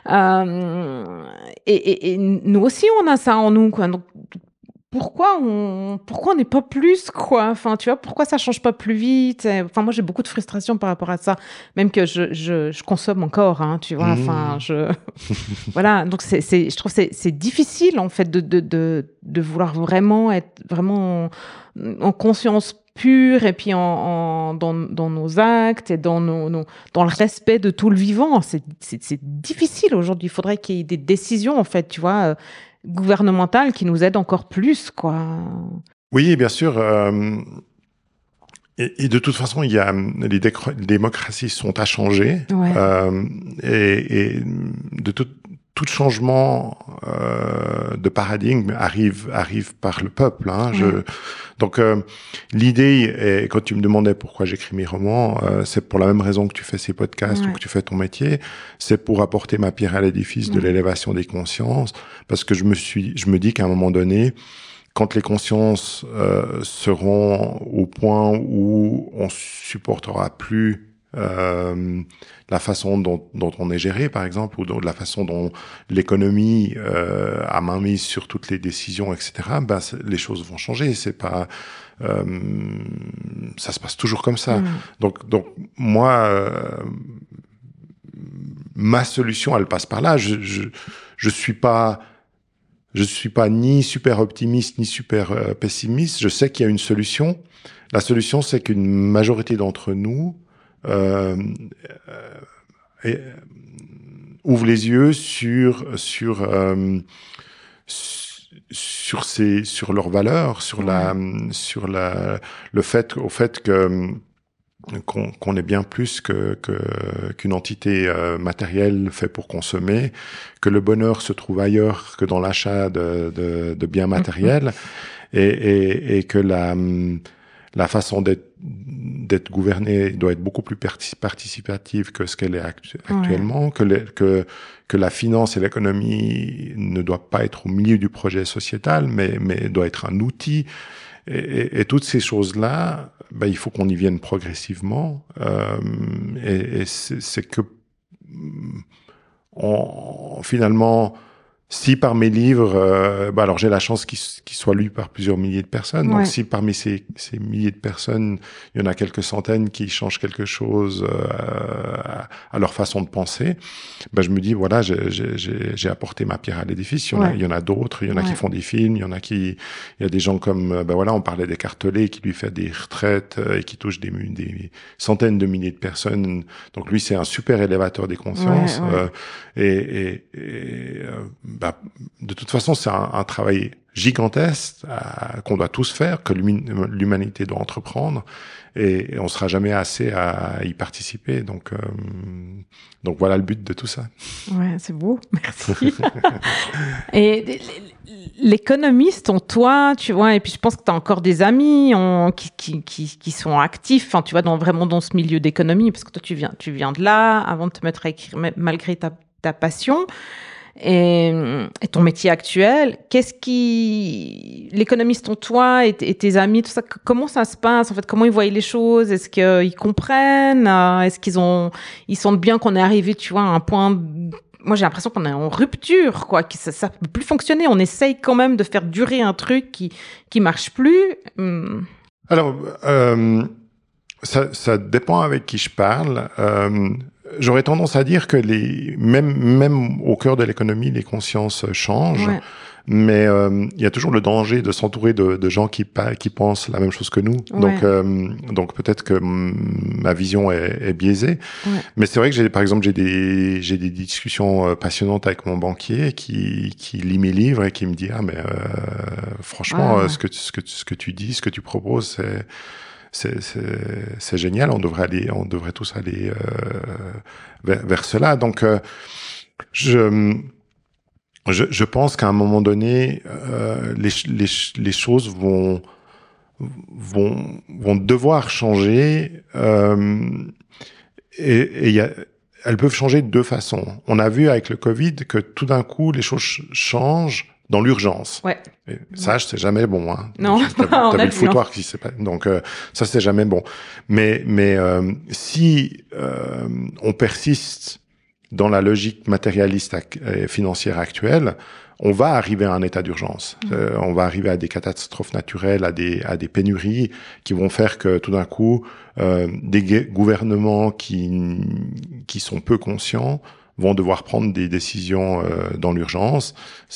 Et nous aussi, on a ça en nous, quoi. Donc, pourquoi on n'est pas plus, quoi? Enfin, tu vois, pourquoi ça change pas plus vite? Enfin, moi, j'ai beaucoup de frustration par rapport à ça, même que je consomme encore, hein, tu vois. Enfin, voilà. Donc, je trouve que c'est difficile, en fait, de vouloir vraiment être vraiment en conscience pure, et puis dans nos actes et dans le respect de tout le vivant. C'est difficile aujourd'hui. Il faudrait qu'il y ait des décisions, en fait, tu vois, gouvernementales qui nous aident encore plus, quoi. Oui, bien sûr. Et de toute façon, les démocraties sont à changer. Et de tout changement de paradigme arrive par le peuple. Hein. Donc, l'idée, et quand tu me demandais pourquoi j'écris mes romans, c'est pour la même raison que tu fais ces podcasts ou que tu fais ton métier, c'est pour apporter ma pierre à l'édifice de l'élévation des consciences, parce que je me dis qu'à un moment donné, quand les consciences seront au point où on supportera plus la façon dont on est géré, par exemple, ou de la façon dont l'économie a mainmise sur toutes les décisions, etc., les choses vont changer. C'est pas ça se passe toujours comme ça. Donc moi, ma solution, elle passe par là. Je suis pas ni super optimiste ni super pessimiste. Je sais qu'il y a une solution. La solution, c'est qu'une majorité d'entre nous ouvre les yeux sur leurs valeurs, le fait qu'on est bien plus qu'une entité matérielle faite pour consommer, que le bonheur se trouve ailleurs que dans l'achat de biens matériels, et que la façon d'être gouvernée doit être beaucoup plus participative que ce qu'elle est actuellement, que la finance et l'économie ne doivent pas être au milieu du projet sociétal, mais doit être un outil. Et toutes ces choses-là, il faut qu'on y vienne progressivement. Et c'est que finalement, Si par mes livres, alors j'ai la chance qu'ils soient lus par plusieurs milliers de personnes. Donc si parmi ces milliers de personnes, il y en a quelques centaines qui changent quelque chose à leur façon de penser, je me dis voilà, j'ai apporté ma pierre à l'édifice. Il y en a d'autres, il y en a qui font des films, il y a des gens comme on parlait d'Eckhart qui lui fait des retraites et qui touche des centaines de milliers de personnes. Donc lui c'est un super élévateur des consciences de toute façon, c'est un travail gigantesque qu'on doit tous faire, que l'humanité doit entreprendre, et on sera jamais assez à y participer. Donc voilà le but de tout ça. Ouais, c'est beau, merci. Et l'économiste en toi, tu vois, et puis je pense que tu as encore des amis qui sont actifs, enfin, tu vois, vraiment dans ce milieu d'économie, parce que toi, tu viens de là, avant de te mettre à écrire, malgré ta passion. Et ton métier actuel, l'économiste en toi et tes amis, tout ça, comment ça se passe en fait? Comment ils voient les choses? Est-ce qu'ils comprennent? Est-ce ils sentent bien qu'on est arrivé, tu vois, à un point? Moi, j'ai l'impression qu'on est en rupture, quoi, que ça peut plus fonctionner. On essaye quand même de faire durer un truc qui marche plus. Alors, ça dépend avec qui je parle. J'aurais tendance à dire que même au cœur de l'économie, les consciences changent, mais il y a toujours le danger de s'entourer de gens qui pensent la même chose que nous. Donc peut-être que ma vision est biaisée. Mais c'est vrai que par exemple j'ai des discussions passionnantes avec mon banquier qui lit mes livres et qui me dit franchement ce que tu dis, ce que tu proposes, c'est génial, on devrait tous aller vers cela. Donc je pense qu'à un moment donné les choses vont devoir changer et elles peuvent changer de deux façons. On a vu avec le Covid que tout d'un coup les choses changent dans l'urgence. Et ça, c'est jamais bon, hein. Non. T'avais le foutoir qui s'est pas, donc, ça, c'est jamais bon. Mais, si, on persiste dans la logique matérialiste et financière actuelle, on va arriver à un état d'urgence. On va arriver à des catastrophes naturelles, à des pénuries qui vont faire que tout d'un coup, des gouvernements qui sont peu conscients vont devoir prendre des décisions, dans l'urgence.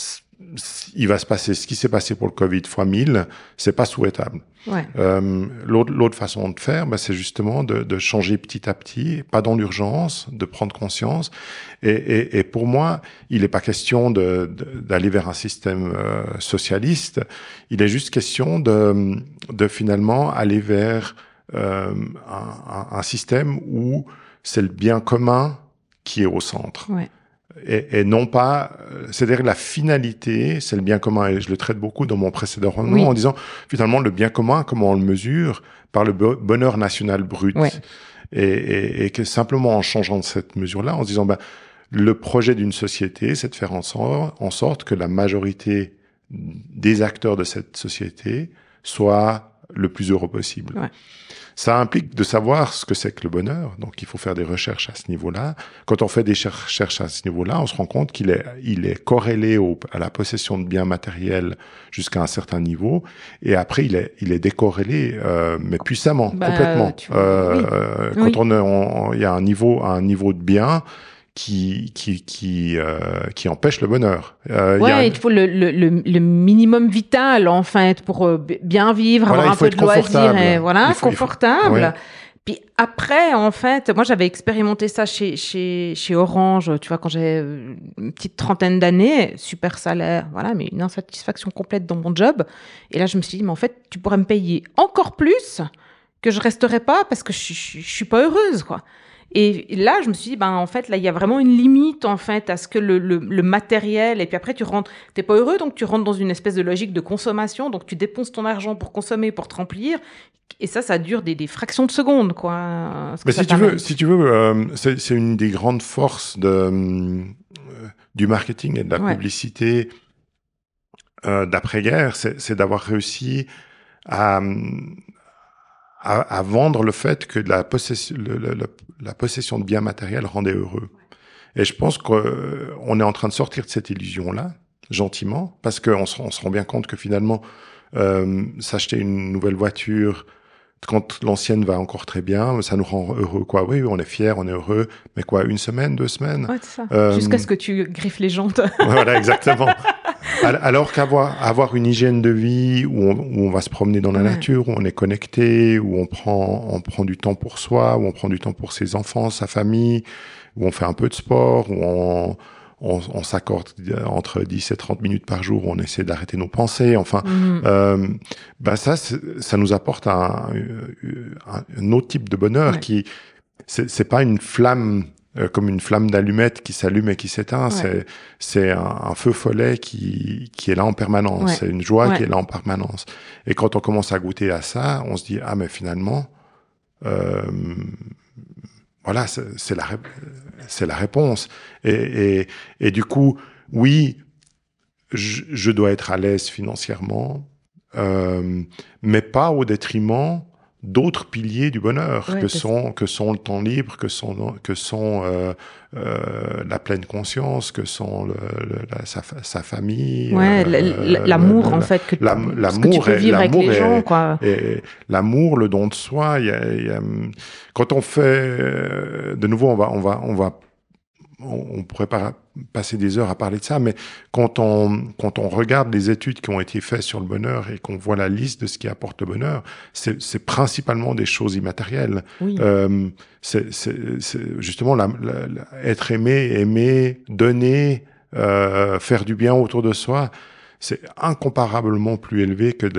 Il va se passer ce qui s'est passé pour le Covid fois 1000, c'est pas souhaitable. L'autre façon de faire, c'est justement de changer petit à petit, pas dans l'urgence, de prendre conscience. Et pour moi, il n'est pas question d'aller vers un système socialiste. Il est juste question de finalement aller vers un système où c'est le bien commun qui est au centre. Et non pas, c'est-à-dire la finalité, c'est le bien commun, et je le traite beaucoup dans mon précédent roman en disant, finalement, le bien commun, comment on le mesure? Par le bonheur national brut. Et que simplement en changeant de cette mesure-là, en se disant, le projet d'une société, c'est de faire en sorte que la majorité des acteurs de cette société soit le plus heureux possible. Ça implique de savoir ce que c'est que le bonheur. Donc, il faut faire des recherches à ce niveau-là. Quand on fait des recherches à ce niveau-là, on se rend compte qu'il est corrélé à la possession de biens matériels jusqu'à un certain niveau. Et après, il est décorrélé, mais puissamment, complètement. Quand il y a un niveau de biens qui empêche le bonheur. Il faut le minimum vital, en fait, pour bien vivre, avoir un peu de loisirs, et confortable. Puis après, en fait, moi, j'avais expérimenté ça chez Orange, tu vois, quand j'ai une petite trentaine d'années, super salaire, mais une insatisfaction complète dans mon job. Et là, je me suis dit, mais en fait, tu pourrais me payer encore plus que je resterai pas parce que je suis pas heureuse, quoi. Et là, je me suis dit, en fait, là, il y a vraiment une limite, en fait, à ce que le matériel, et puis après, t'es pas heureux, donc tu rentres dans une espèce de logique de consommation, donc tu dépenses ton argent pour consommer, pour te remplir, et ça dure des fractions de secondes, quoi. Mais si tu veux, c'est une des grandes forces du marketing et de la publicité, d'après-guerre, c'est d'avoir réussi à vendre le fait que la possession de biens matériels rendait heureux. Et je pense qu'on est en train de sortir de cette illusion-là. gentiment, parce qu'on se rend bien compte que finalement, s'acheter une nouvelle voiture, quand l'ancienne va encore très bien, ça nous rend heureux, quoi. Oui, on est fiers, on est heureux, mais quoi, 1 semaine, 2 semaines? Ouais, c'est ça. Jusqu'à ce que tu griffes les jantes. Voilà, exactement. Alors qu'avoir une hygiène de vie où on va se promener dans la nature, où on est connecté, où on prend du temps pour soi, où on prend du temps pour ses enfants, sa famille, où on fait un peu de sport, où on s'accorde entre 10 et 30 minutes par jour, où on essaie d'arrêter nos pensées. Enfin, ça nous apporte un autre type de bonheur qui, c'est pas une flamme, comme une flamme d'allumette qui s'allume et qui s'éteint. C'est un feu follet qui est là en permanence. C'est une joie qui est là en permanence. Et quand on commence à goûter à ça, on se dit, ah, mais finalement, voilà, c'est la réponse. Et du coup, oui, je dois être à l'aise financièrement, mais pas au détriment d'autres piliers du bonheur que sont le temps libre, que sont la pleine conscience, que sont sa famille, l'amour en fait, que tu peux vivre avec les gens, quoi. Et l'amour, le don de soi. Quand on fait, de nouveau, on pourrait pas passer des heures à parler de ça, mais quand on regarde les études qui ont été faites sur le bonheur et qu'on voit la liste de ce qui apporte le bonheur, c'est principalement des choses immatérielles. Oui. C'est justement être aimé, donner, faire du bien autour de soi. C'est incomparablement plus élevé que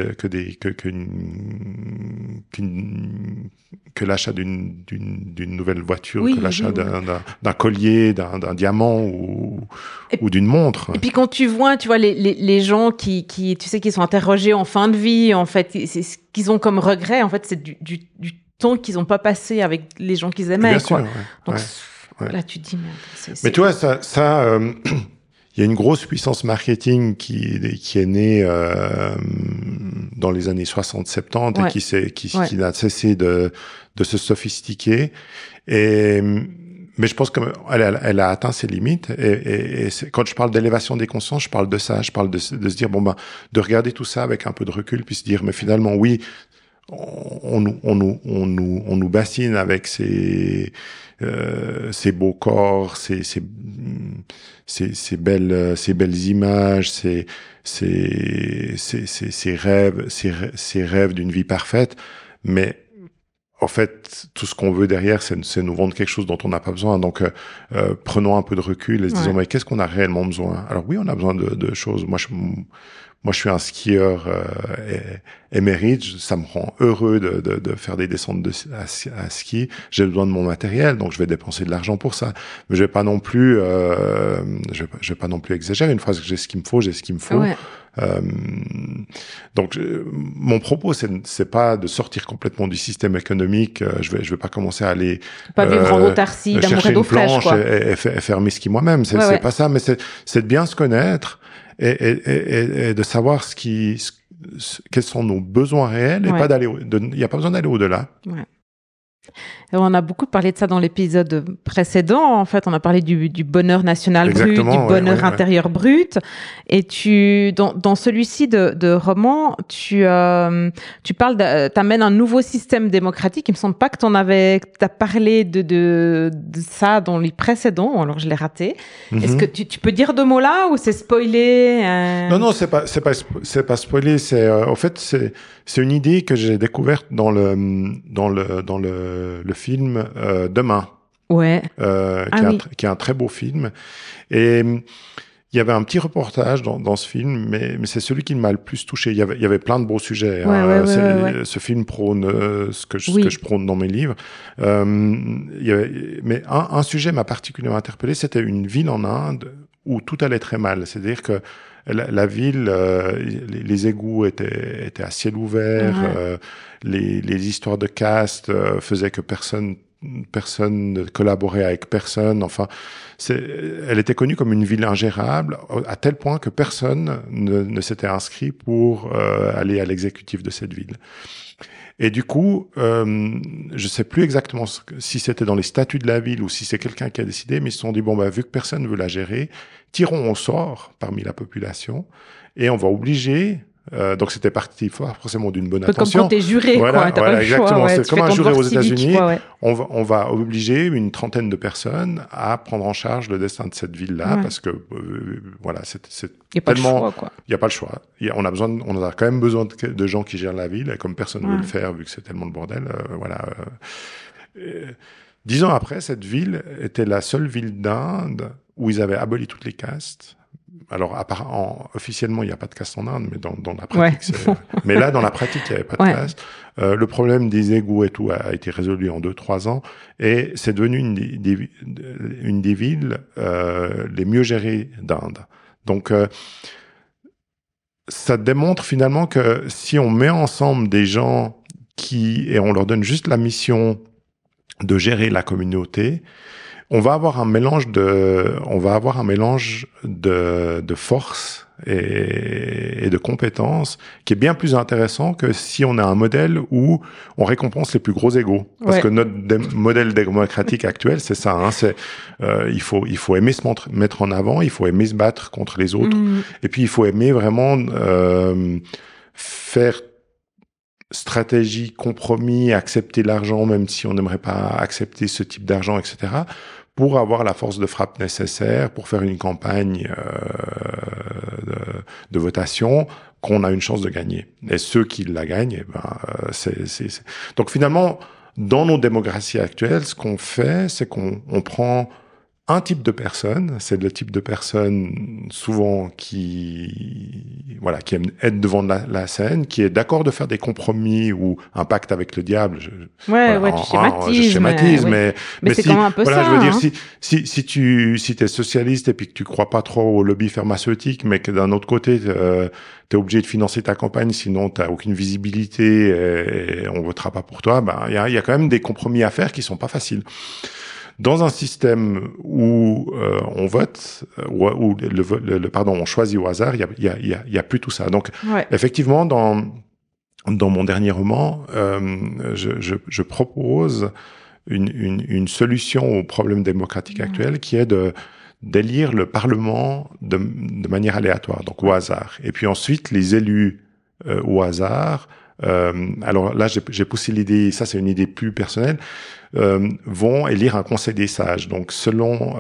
l'achat d'une nouvelle voiture, que l'achat d'un collier, d'un diamant ou d'une montre. Et puis quand tu vois les gens qui tu sais qui sont interrogés en fin de vie, en fait, c'est ce qu'ils ont comme regret, en fait, c'est du temps qu'ils n'ont pas passé avec les gens qu'ils aimaient, quoi. Bien sûr, donc là tu te dis merde. Mais tu vois ça il y a une grosse puissance marketing qui est née dans les années 60-70 et qui n'a cessé de se sophistiquer. Mais je pense qu'elle a atteint ses limites. Et quand je parle d'élévation des consciences, je parle de ça. Je parle de se dire de regarder tout ça avec un peu de recul, puis se dire mais finalement oui, on nous bassine avec ces beaux corps, ces belles images, ces rêves d'une vie parfaite, mais en fait, tout ce qu'on veut derrière, c'est nous vendre quelque chose dont on n'a pas besoin. Donc, prenons un peu de recul et se disons, mais qu'est-ce qu'on a réellement besoin? Alors oui, on a besoin de choses. Moi, je suis un skieur émérite. Ça me rend heureux de faire des descentes à ski. J'ai besoin de mon matériel, donc je vais dépenser de l'argent pour ça. Mais je vais pas non plus, je vais pas non plus exagérer. Une fois que j'ai ce qu'il me faut, j'ai ce qu'il me faut. Ouais. Donc, mon propos, c'est pas de sortir complètement du système économique. Je vais pas commencer à aller pas vivre en autarcie, d'amour et d'eau fraîche, quoi. Et faire mes skis moi-même. C'est pas ça, mais c'est de bien se connaître et de savoir quels sont nos besoins réels et pas il y a pas besoin d'aller au-delà. Ouais. Et on a beaucoup parlé de ça dans l'épisode précédent. En fait, on a parlé du bonheur national brut, du bonheur intérieur brut. Et dans celui-ci de roman, tu t'amènes un nouveau système démocratique. Il me semble pas que t'as parlé de ça dans les précédents. Alors, je l'ai raté. Est-ce que tu peux dire 2 mots là ou c'est spoilé? Non, c'est pas spoilé. En fait, c'est une idée que j'ai découverte dans le film Demain, qui est un très beau film. Et il y avait un petit reportage dans ce film, mais c'est celui qui m'a le plus touché. Il y avait plein de beaux sujets. Ce film prône ce que je prône dans mes livres. Mais un sujet m'a particulièrement interpellé. C'était une ville en Inde où tout allait très mal. C'est-à-dire que la ville, les égouts étaient à ciel ouvert, les histoires de caste faisaient que personne personne ne collaborait avec personne. Enfin, elle était connue comme une ville ingérable, à tel point que personne ne s'était inscrit pour aller à l'exécutif de cette ville. Et du coup, je sais plus exactement si c'était dans les statuts de la ville ou si c'est quelqu'un qui a décidé, mais ils se sont dit, bon, vu que personne ne veut la gérer, tirons au sort parmi la population et on va obliger... donc c'était parti forcément d'une bonne intention. Comme quand t'es juré, voilà, quoi. T'as pas le choix, exactement. ouais. C'est comme un juré aux États-Unis. Ouais. On va obliger une trentaine de personnes à prendre en charge le destin de cette ville-là, parce que voilà, c'est tellement. Il y a pas le choix. On a quand même besoin de gens qui gèrent la ville, et comme personne ne veut le faire, vu que c'est tellement le bordel, voilà. 10 ans après, cette ville était la seule ville d'Inde où ils avaient aboli toutes les castes. Alors, officiellement, il n'y a pas de caste en Inde, mais dans la pratique, mais là, dans la pratique, il n'y avait pas de caste. Le problème des égouts et tout a été résolu en 2-3 ans, et c'est devenu une des villes les mieux gérées d'Inde. Donc, ça démontre finalement que si on met ensemble des gens et on leur donne juste la mission de gérer la communauté, on va avoir un mélange de force et de compétences qui est bien plus intéressant que si on a un modèle où on récompense les plus gros égos. Parce que notre modèle démocratique actuel, c'est ça, hein, il faut aimer se mettre en avant, il faut aimer se battre contre les autres, et puis il faut aimer vraiment faire stratégie, compromis, accepter l'argent même si on n'aimerait pas accepter ce type d'argent, etc., pour avoir la force de frappe nécessaire pour faire une campagne de votation qu'on a une chance de gagner. Et ceux qui la gagnent, Donc finalement, dans nos démocraties actuelles, ce qu'on fait, c'est qu'on prend un type de personne, c'est le type de personne souvent qui aime être devant la scène, qui est d'accord de faire des compromis ou un pacte avec le diable. Tu schématise, mais c'est quand même un peu ça. Je veux dire, si t'es socialiste et puis que tu crois pas trop au lobby pharmaceutique, mais que d'un autre côté, t'es obligé de financer ta campagne, sinon t'as aucune visibilité et on votera pas pour toi, il y a quand même des compromis à faire qui sont pas faciles. Dans un système où on vote, où on choisit au hasard, il y a plus tout ça. Donc, effectivement, dans mon dernier roman, je propose une solution au problème démocratique actuel qui est d'élire le Parlement de manière aléatoire, donc au hasard. Et puis ensuite, les élus au hasard. Alors là, j'ai poussé l'idée, ça c'est une idée plus personnelle, vont élire un conseil des sages. Donc selon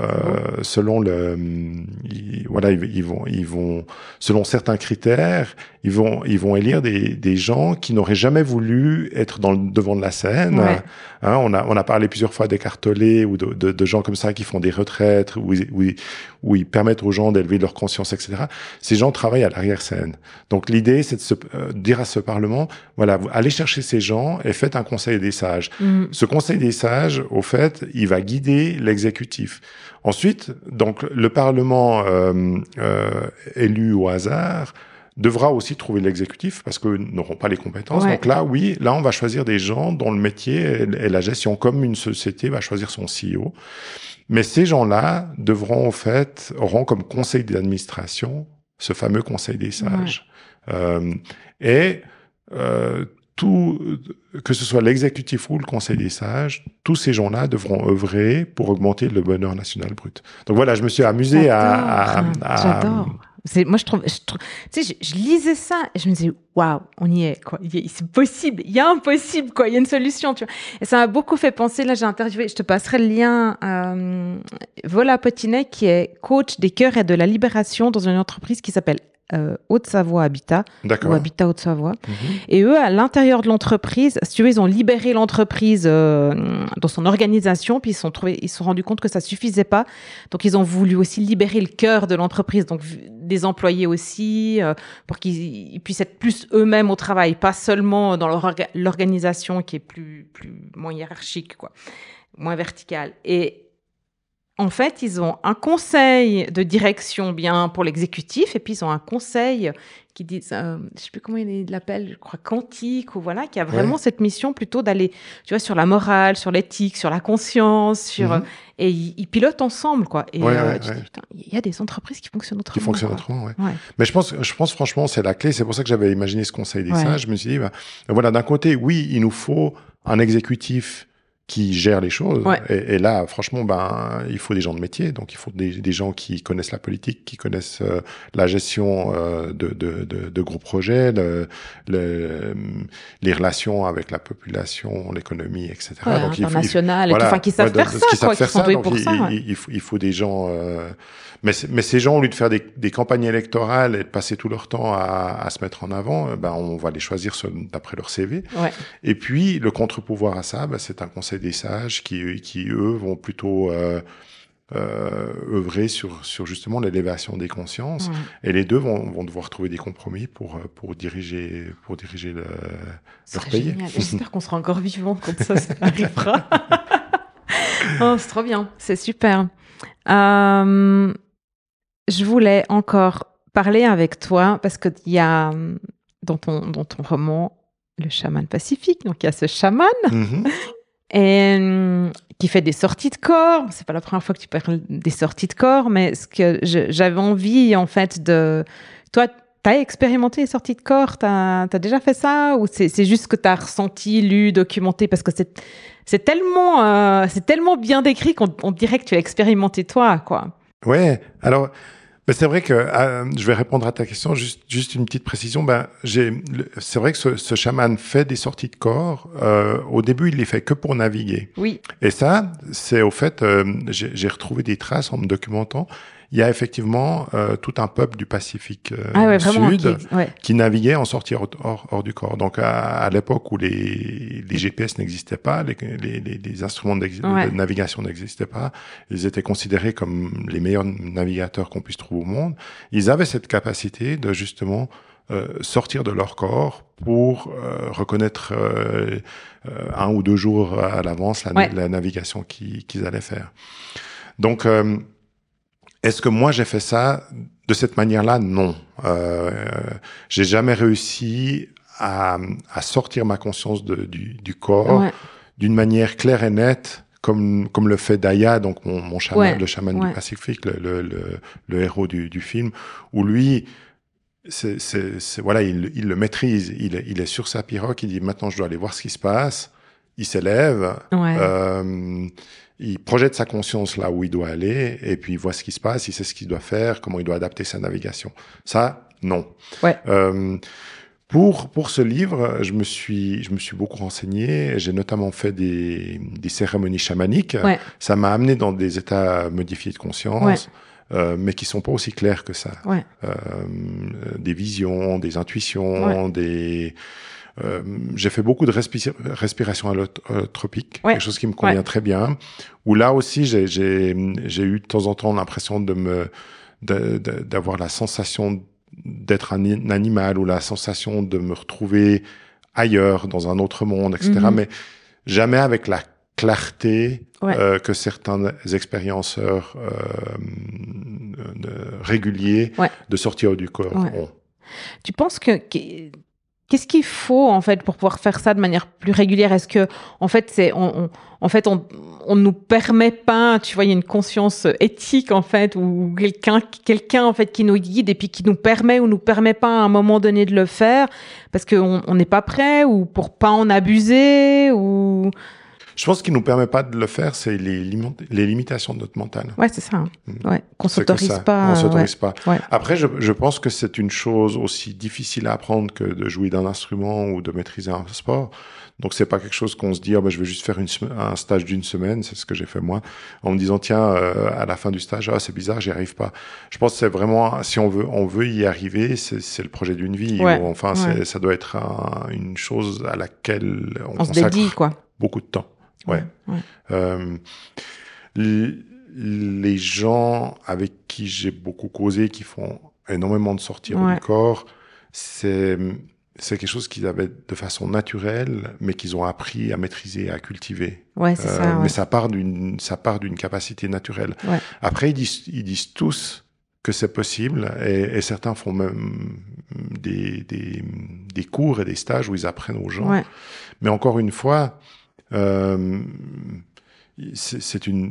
ils vont selon certains critères, ils vont élire des gens qui n'auraient jamais voulu être dans le devant de la scène. Hein, on a parlé plusieurs fois d'Eckhart-Tolle ou de gens comme ça qui font des retraites où ils permettent aux gens d'élever leur conscience, etc. Ces gens travaillent à l'arrière-scène. Donc l'idée, c'est de dire à ce Parlement, voilà, allez chercher ces gens et faites un conseil des sages. Ce conseil des sages, au fait, il va guider l'exécutif. Ensuite, donc le Parlement élu au hasard devra aussi trouver l'exécutif parce qu'eux n'auront pas les compétences. Donc là, on va choisir des gens dont le métier est la gestion, comme une société va choisir son CEO. Mais ces gens-là auront comme conseil d'administration ce fameux conseil des sages. Que ce soit l'exécutif ou le conseil des sages, tous ces gens-là devront œuvrer pour augmenter le bonheur national brut. Donc voilà, je me suis amusé J'adore. Moi, je trouve, tu sais, je lisais ça et je me disais, waouh, on y est, quoi. C'est possible. Il y a un possible, quoi. Il y a une solution, tu vois. Et ça m'a beaucoup fait penser. Là, j'ai interviewé, je te passerai le lien, Vola Potinet, qui est coach des cœurs et de la libération dans une entreprise qui s'appelle Haute-Savoie Habitat, ou Habitat Haute-Savoie. Et eux, à l'intérieur de l'entreprise, si tu veux, ils ont libéré l'entreprise dans son organisation, puis ils se sont rendus compte que ça suffisait pas. Donc, ils ont voulu aussi libérer le cœur de l'entreprise, donc des employés aussi, pour qu'ils puissent être plus eux-mêmes au travail, pas seulement dans l'organisation qui est moins hiérarchique, quoi, moins verticale. Et en fait, ils ont un conseil de direction bien pour l'exécutif, et puis ils ont un conseil qui dit, je sais plus comment il l'appelle, je crois quantique, ou voilà, qui a vraiment cette mission plutôt d'aller, tu vois, sur la morale, sur l'éthique, sur la conscience, et ils pilotent ensemble, quoi. Et tu te dis, putain, il y a des entreprises qui fonctionnent autrement. Qui fonctionnent autrement, ouais. Mais je pense franchement, c'est la clé. C'est pour ça que j'avais imaginé ce conseil des sages. Je me suis dit, voilà, d'un côté, oui, il nous faut un exécutif qui gère les choses. Et là, franchement, il faut des gens de métier. Donc, il faut des gens qui connaissent la politique, qui connaissent la gestion de gros projets, les relations avec la population, l'économie, etc. Donc, international, qui savent faire ça, qui sont doués pour ça. Il faut des gens... Mais ces gens, au lieu de faire des campagnes électorales et de passer tout leur temps à se mettre en avant, on va les choisir d'après leur CV. Et puis, le contre-pouvoir à ça, c'est un conseil des sages qui eux, vont plutôt œuvrer sur justement l'élévation des consciences. Et les deux vont devoir trouver des compromis pour diriger leur pays. Génial. J'espère qu'on sera encore vivants quand ça arrivera. C'est trop bien, c'est super. Je voulais encore parler avec toi parce qu'il y a dans ton roman Le chaman pacifique, donc il y a ce chaman et qui fait des sorties de corps. C'est pas la première fois que tu parles des sorties de corps, mais ce que j'avais envie en fait de... Toi, t'as expérimenté les sorties de corps? T'as déjà fait ça? Ou c'est juste que t'as ressenti, lu, documenté? Parce que c'est tellement bien décrit qu'on dirait que tu as expérimenté toi, quoi. Ouais, alors... c'est vrai que je vais répondre à ta question, juste une petite précision. C'est vrai que ce chaman fait des sorties de corps. Au début, il les fait que pour naviguer. Oui. Et ça, c'est au fait, j'ai retrouvé des traces en me documentant. Il y a effectivement tout un peuple du Pacifique Sud qui naviguait en sortie hors du corps. Donc à l'époque où les GPS n'existaient pas, les instruments de navigation n'existaient pas, ils étaient considérés comme les meilleurs navigateurs qu'on puisse trouver au monde. Ils avaient cette capacité de justement sortir de leur corps pour reconnaître 1 ou 2 jours à l'avance la navigation qu'ils allaient faire. Donc est-ce que moi j'ai fait ça de cette manière-là? Non. J'ai jamais réussi à sortir ma conscience du corps d'une manière claire et nette, comme le fait Daya, donc mon chaman, le chaman du Pacifique, le héros du film, où lui, il le maîtrise. Il est sur sa pirogue, il dit maintenant je dois aller voir ce qui se passe. Il s'élève. Il projette sa conscience là où il doit aller, et puis il voit ce qui se passe, il sait ce qu'il doit faire, comment il doit adapter sa navigation. Ça, non. Pour ce livre, je me suis beaucoup renseigné. J'ai notamment fait des cérémonies chamaniques. Ça m'a amené dans des états modifiés de conscience, mais qui sont pas aussi clairs que ça. Des visions, des intuitions, j'ai fait beaucoup de respiration allotropique, quelque chose qui me convient très bien. Où là aussi, j'ai eu de temps en temps l'impression d'avoir la sensation d'être un animal, ou la sensation de me retrouver ailleurs, dans un autre monde, etc. Mais jamais avec la clarté que certains expérienceurs réguliers de sortir du corps ont. Tu penses que qu'est-ce qu'il faut en fait pour pouvoir faire ça de manière plus régulière? Est-ce que en fait on nous permet pas, tu vois, il y a une conscience éthique en fait, ou quelqu'un en fait qui nous guide et puis qui nous permet ou nous permet pas à un moment donné de le faire parce qu'on n'est pas prêt, ou pour pas en abuser, ou... Je pense qu'il nous permet pas de le faire, c'est les limitations de notre mental. Ouais, c'est ça. Qu'on s'autorise pas. On s'autorise pas. Après, je pense que c'est une chose aussi difficile à apprendre que de jouer d'un instrument ou de maîtriser un sport. Donc c'est pas quelque chose qu'on se dit je vais juste faire un stage d'1 semaine, c'est ce que j'ai fait moi, en me disant tiens à la fin du stage c'est bizarre, j'y arrive pas. Je pense que c'est vraiment, si on veut y arriver, c'est le projet d'une vie, ça doit être une chose à laquelle on consacre se dédie, beaucoup de temps. Les gens avec qui j'ai beaucoup causé, qui font énormément de sorties du corps, c'est c'est quelque chose qu'ils avaient de façon naturelle, mais qu'ils ont appris à maîtriser, à cultiver. Ouais, c'est ça. Ouais. Mais ça part d'une capacité naturelle. Ouais. Après, ils disent tous que c'est possible, et certains font même des cours et des stages où ils apprennent aux gens. Ouais. Mais encore une fois, c'est une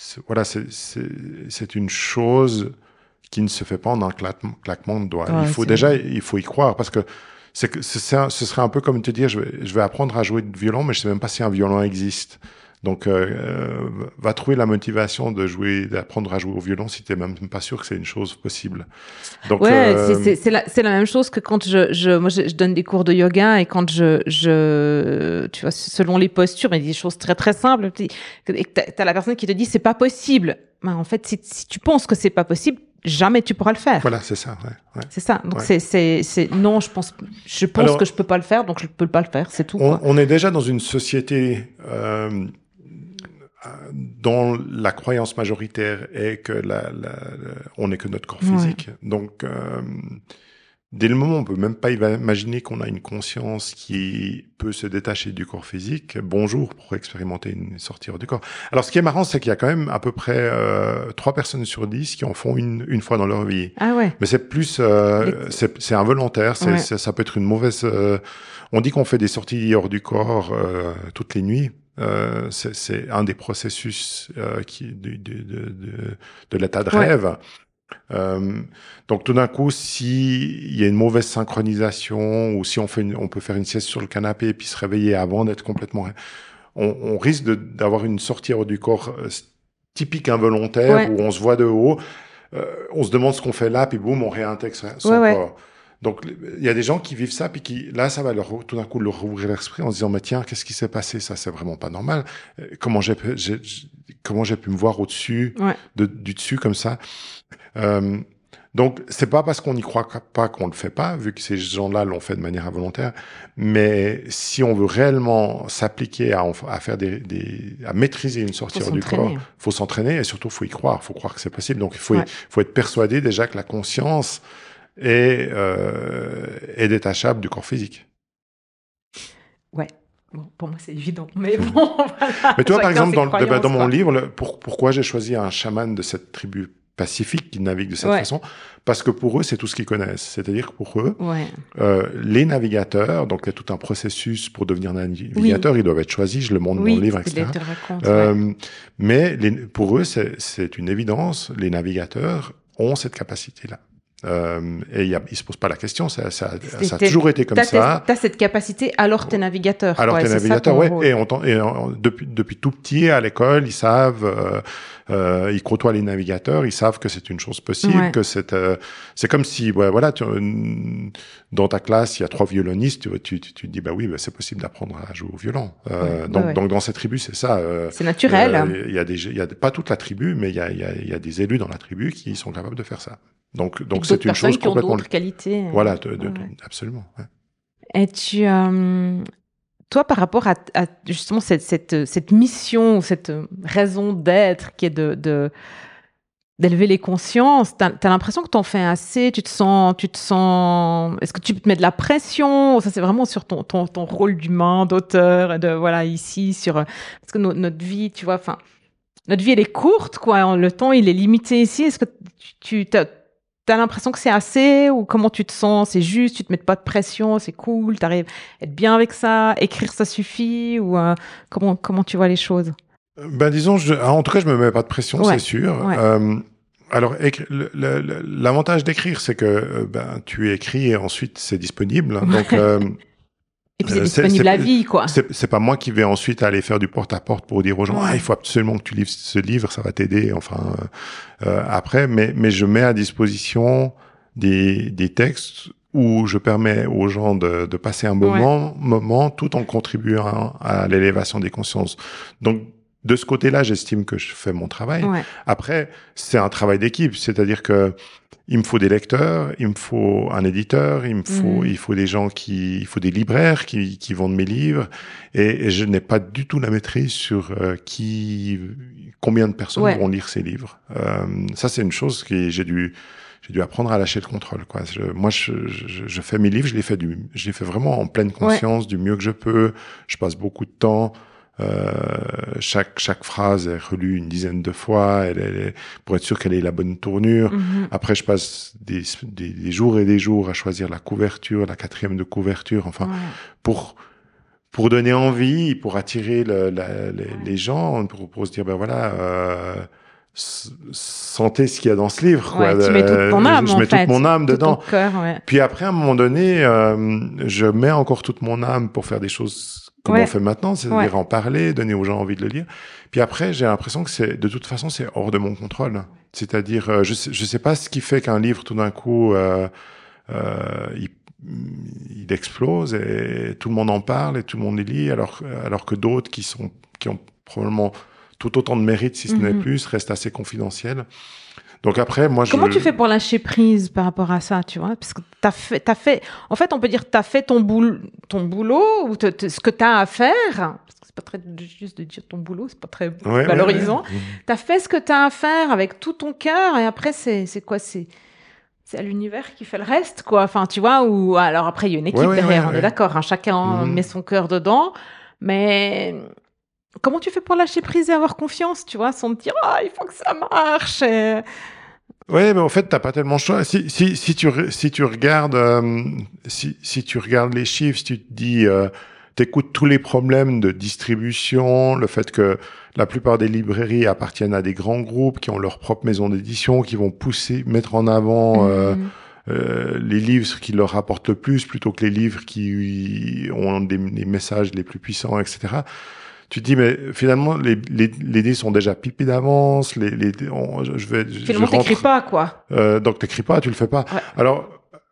chose qui ne se fait pas en un claquement de doigts. Ouais, il faut y croire, parce que ce serait un peu comme te dire, je vais apprendre à jouer de violon, mais je sais même pas si un violon existe. Donc, va trouver la motivation d'apprendre à jouer au violon si t'es même pas sûr que c'est une chose possible. Donc, ouais, c'est la même chose que quand moi, je donne des cours de yoga, et quand tu vois, selon les postures, mais des choses très, très simples, et que t'as la personne qui te dit, c'est pas possible. Ben, en fait, si tu penses que c'est pas possible, jamais tu pourras le faire. Voilà, c'est ça, ouais. C'est ça. Donc, ouais. Non, je pense alors, que je peux pas le faire, donc je peux pas le faire, c'est tout. On est déjà dans une société, dont la croyance majoritaire est que on n'est que notre corps physique. Ouais. Donc, dès le moment où on peut même pas imaginer qu'on a une conscience qui peut se détacher du corps physique, bonjour pour expérimenter une sortie hors du corps. Alors, ce qui est marrant, c'est qu'il y a quand même à peu près 3 personnes sur 10 qui en font une fois dans leur vie. Ah ouais. Mais c'est plus, c'est involontaire. Ça peut être une mauvaise. On dit qu'on fait des sorties hors du corps toutes les nuits. C'est un des processus de l'état de rêve. Donc tout d'un coup, si il y a une mauvaise synchronisation, ou si on peut faire une sieste sur le canapé et puis se réveiller avant d'être complètement, on risque d'avoir une sortie hors du corps typique involontaire, où on se voit de haut, on se demande ce qu'on fait là, puis boum, on réintègre son corps. Donc, il y a des gens qui vivent ça, puis là, ça va tout d'un coup leur ouvrir l'esprit en se disant, mais tiens, qu'est-ce qui s'est passé? Ça, c'est vraiment pas normal. Comment j'ai pu me voir au-dessus, du dessus comme ça? Donc, c'est pas parce qu'on n'y croit pas qu'on le fait pas, vu que ces gens-là l'ont fait de manière involontaire. Mais si on veut réellement s'appliquer à faire à maîtriser une sortie hors du corps, faut s'entraîner, et surtout, faut y croire. Faut croire que c'est possible. Donc, il faut être persuadé déjà que la conscience est détachable du corps physique. Ouais. Bon, pour moi, c'est évident. Mais bon, voilà. Mais toi, par exemple, dans mon livre, pourquoi j'ai choisi un chaman de cette tribu pacifique qui navigue de cette façon? Parce que pour eux, c'est tout ce qu'ils connaissent. C'est-à-dire que pour eux, les navigateurs, donc il y a tout un processus pour devenir navigateur, ils doivent être choisis, je le montre dans le livre, etc. Mais pour eux, c'est une évidence, les navigateurs ont cette capacité-là. Et ils se posent pas la question, ça a toujours été comme ça. T'as cette capacité, alors t'es navigateur. Alors t'es navigateur, ouais. Depuis tout petit à l'école, ils savent, ils côtoient les navigateurs, ils savent que c'est une chose possible, que c'est comme si, voilà, dans ta classe, il y a 3 violonistes, tu te dis, bah oui, c'est possible d'apprendre à jouer au violon. Donc dans cette tribu, c'est ça. C'est naturel. Il y a pas toute la tribu, mais il y a des élus dans la tribu qui sont capables de faire ça. Donc c'est une chose complètement. Qui ont d'autres qualités. Voilà, absolument. Ouais. Et toi, par rapport à justement cette mission, cette raison d'être qui est d'élever les consciences, t'as l'impression que t'en fais assez, tu te sens, est-ce que tu te mets de la pression? Ça, c'est vraiment sur ton rôle d'humain, d'auteur, ici, parce que notre vie, tu vois, notre vie, elle est courte, quoi. Le temps, il est limité ici. Est-ce que tu t'as l'impression que c'est assez, ou comment tu te sens? C'est juste, tu te mets pas de pression, c'est cool, t'arrives à être bien avec ça, écrire ça suffit, ou comment tu vois les choses? Disons, en tout cas, je me mets pas de pression, c'est sûr. Alors, l'avantage d'écrire, c'est que tu écris et ensuite c'est disponible. Donc et puis c'est disponible à vie, quoi. C'est pas moi qui vais ensuite aller faire du porte-à-porte pour dire aux gens, il faut absolument que tu lises ce livre, ça va t'aider, après, mais je mets à disposition des textes où je permets aux gens de passer un moment tout en contribuant à l'élévation des consciences. Donc, de ce côté-là, j'estime que je fais mon travail. Après, c'est un travail d'équipe, c'est-à-dire que il me faut des lecteurs, il me faut un éditeur, il faut des gens il faut des libraires qui vendent mes livres, et je n'ai pas du tout la maîtrise sur combien de personnes vont lire ces livres. Ça, c'est une chose que j'ai dû j'ai dû apprendre à lâcher le contrôle, quoi. Moi, je fais mes livres, je les fais vraiment en pleine conscience, du mieux que je peux. Je passe beaucoup de temps. Chaque phrase est relue une dizaine de fois, pour être sûr qu'elle ait la bonne tournure. Après, je passe des jours et des jours à choisir la couverture, la 4e de couverture, enfin, pour donner envie, pour attirer les gens, pour se dire, ben voilà, sentez ce qu'il y a dans ce livre, quoi. Tu mets toute ton âme, je mets toute mon âme dedans. Ton cœur, Puis après, à un moment donné, je mets encore toute mon âme pour faire des choses comme on fait maintenant, c'est-à-dire en parler, donner aux gens envie de le lire. Puis après, j'ai l'impression que de toute façon, c'est hors de mon contrôle. C'est-à-dire, je sais pas ce qui fait qu'un livre, tout d'un coup, il explose et tout le monde en parle et tout le monde les lit, alors que d'autres qui ont probablement tout autant de mérite, si ce n'est plus, restent assez confidentiels. Donc après, Comment tu fais pour lâcher prise par rapport à ça, tu vois? Parce que t'as fait, en fait, on peut dire, t'as fait ton boulot, ou ce que t'as à faire. Parce que c'est pas très juste de dire ton boulot, c'est pas très valorisant. T'as fait ce que t'as à faire avec tout ton cœur, et après, c'est quoi? C'est à l'univers qui fait le reste, quoi. Enfin, tu vois, ou, alors après, il y a une équipe derrière, on est d'accord, hein, chacun met son cœur dedans, mais comment tu fais pour lâcher prise et avoir confiance, tu vois, sans te dire, il faut que ça marche. Ouais, mais en fait, t'as pas tellement le choix. Si tu regardes les chiffres, si tu te dis, t'écoutes tous les problèmes de distribution, le fait que la plupart des librairies appartiennent à des grands groupes qui ont leur propre maison d'édition, qui vont mettre en avant les livres qui leur rapportent le plus plutôt que les livres qui ont des messages les plus puissants, etc. Tu te dis, mais finalement, les dés sont déjà pipés d'avance, Finalement, t'écris pas, quoi. Donc, t'écris pas, tu le fais pas. Ouais. Alors,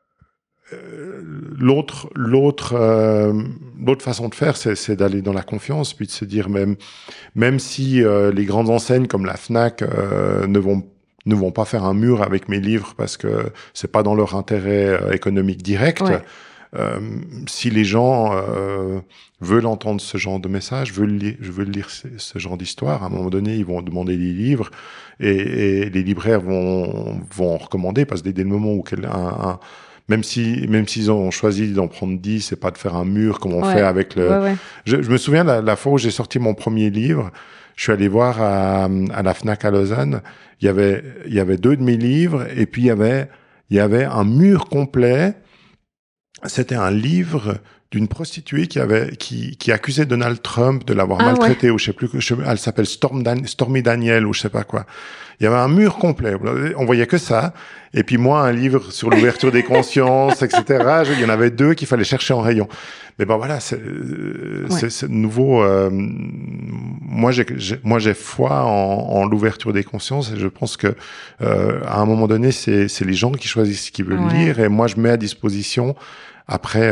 l'autre façon de faire, c'est d'aller dans la confiance, puis de se dire, même si les grandes enseignes comme la Fnac ne vont pas faire un mur avec mes livres parce que c'est pas dans leur intérêt économique direct. Si les gens veulent entendre ce genre de message, veulent lire ce genre d'histoire, à un moment donné, ils vont demander des livres et les libraires vont en recommander, parce que dès le moment où même s'ils ont choisi d'en prendre 10 et pas de faire un mur comme on fait avec Je me souviens la fois où j'ai sorti mon premier livre, je suis allé voir à la Fnac à Lausanne, il y avait 2 de mes livres et puis il y avait un mur complet. C'était un livre d'une prostituée qui accusait Donald Trump de l'avoir maltraité, ou je sais plus, elle s'appelle Stormy Daniel, ou je sais pas quoi. Il y avait un mur complet. On voyait que ça. Et puis moi, un livre sur l'ouverture des consciences, etc. Il y en avait 2 qu'il fallait chercher en rayon. Mais bon, voilà, c'est nouveau. Moi, j'ai foi en l'ouverture des consciences, et je pense que à un moment donné, c'est les gens qui choisissent ce qu'ils veulent lire, et moi, je mets à disposition. Après,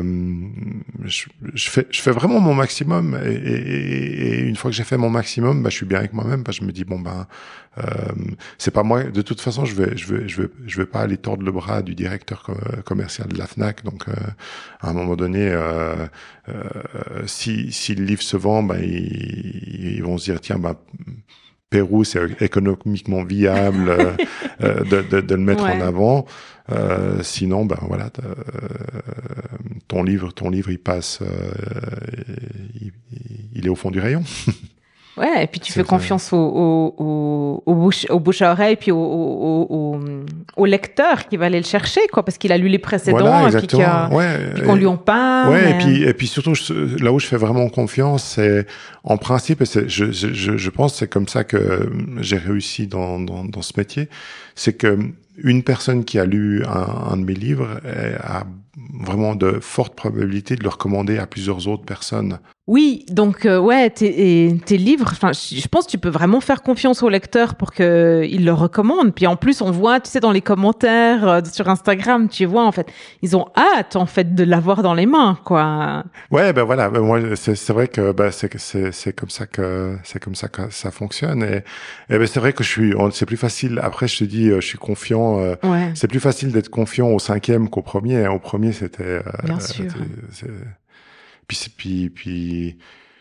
je fais vraiment mon maximum, et une fois que j'ai fait mon maximum, je suis bien avec moi-même, parce que je me dis c'est pas moi. De toute façon, je vais pas aller tordre le bras du directeur commercial de la Fnac. Donc, à un moment donné, si le livre se vend, ils vont se dire, tiens, Pérou, c'est économiquement viable de le mettre en avant. Sinon, voilà, ton livre, il passe, il est au fond du rayon. Ouais, et puis tu fais confiance au bouche à oreille, puis au lecteur qui va aller le chercher, quoi, parce qu'il a lu les précédents, voilà, et puis qu'on lui en parle. Ouais, et puis surtout, là où je fais vraiment confiance, c'est, en principe, et je pense que c'est comme ça que j'ai réussi dans ce métier, c'est que une personne qui a lu un de mes livres a vraiment de fortes probabilités de le recommander à plusieurs autres personnes. Oui, donc tes livres, enfin, je pense que tu peux vraiment faire confiance au lecteur pour qu'il le recommande. Puis en plus, on voit, tu sais, dans les commentaires sur Instagram, tu vois, en fait, ils ont hâte, en fait, de l'avoir dans les mains, quoi. Ouais, voilà, moi, c'est vrai que c'est comme ça que ça fonctionne, et c'est vrai que c'est plus facile. Après, je te dis, je suis confiant. C'est plus facile d'être confiant au 5e qu'au premier. Au premier, c'était. Bien sûr. Puis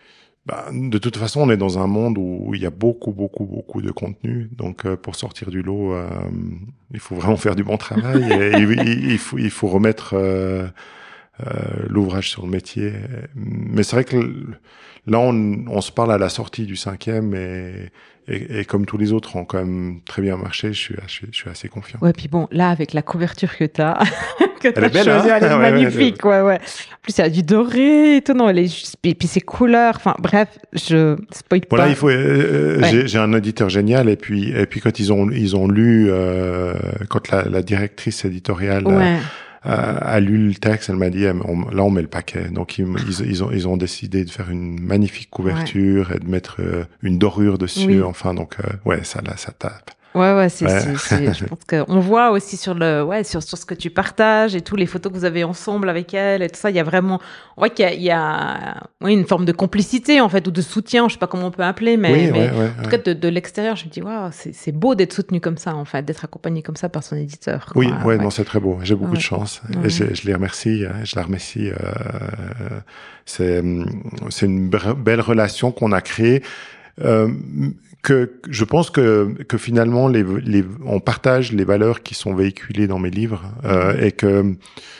De toute façon, on est dans un monde où il y a beaucoup de contenu. Donc, pour sortir du lot, il faut vraiment faire du bon travail. Et il faut remettre l'ouvrage sur le métier. Mais c'est vrai que là, on se parle à la sortie du 5e et comme tous les autres ont quand même très bien marché, je suis assez confiant. Ouais, puis bon, là, avec la couverture que t'as, elle est belle, choisie, hein? Elle est magnifique, ouais. En plus, il y a du doré et tout, non, puis ces couleurs, enfin, bref, je spoil pas. Voilà, il faut, j'ai un auditeur génial, et puis quand ils ont lu, quand la directrice éditoriale, a lu le texte, elle m'a dit, là, on met le paquet. Donc, ils ont décidé de faire une magnifique couverture et de mettre une dorure dessus. Oui. Enfin, donc, ça tape. Ouais, je pense qu'on voit aussi sur ce que tu partages et tous les photos que vous avez ensemble avec elle et tout ça, il y a vraiment, on voit qu'il y a une forme de complicité, en fait, ou de soutien, je sais pas comment on peut appeler, mais en tout cas, de l'extérieur, je me dis, waouh, c'est beau d'être soutenu comme ça, en fait, d'être accompagné comme ça par son éditeur. Oui, non, c'est très beau. J'ai beaucoup de chance. Et je les remercie, je la remercie. C'est une belle relation qu'on a créée. Que je pense que finalement on partage les valeurs qui sont véhiculées dans mes livres et que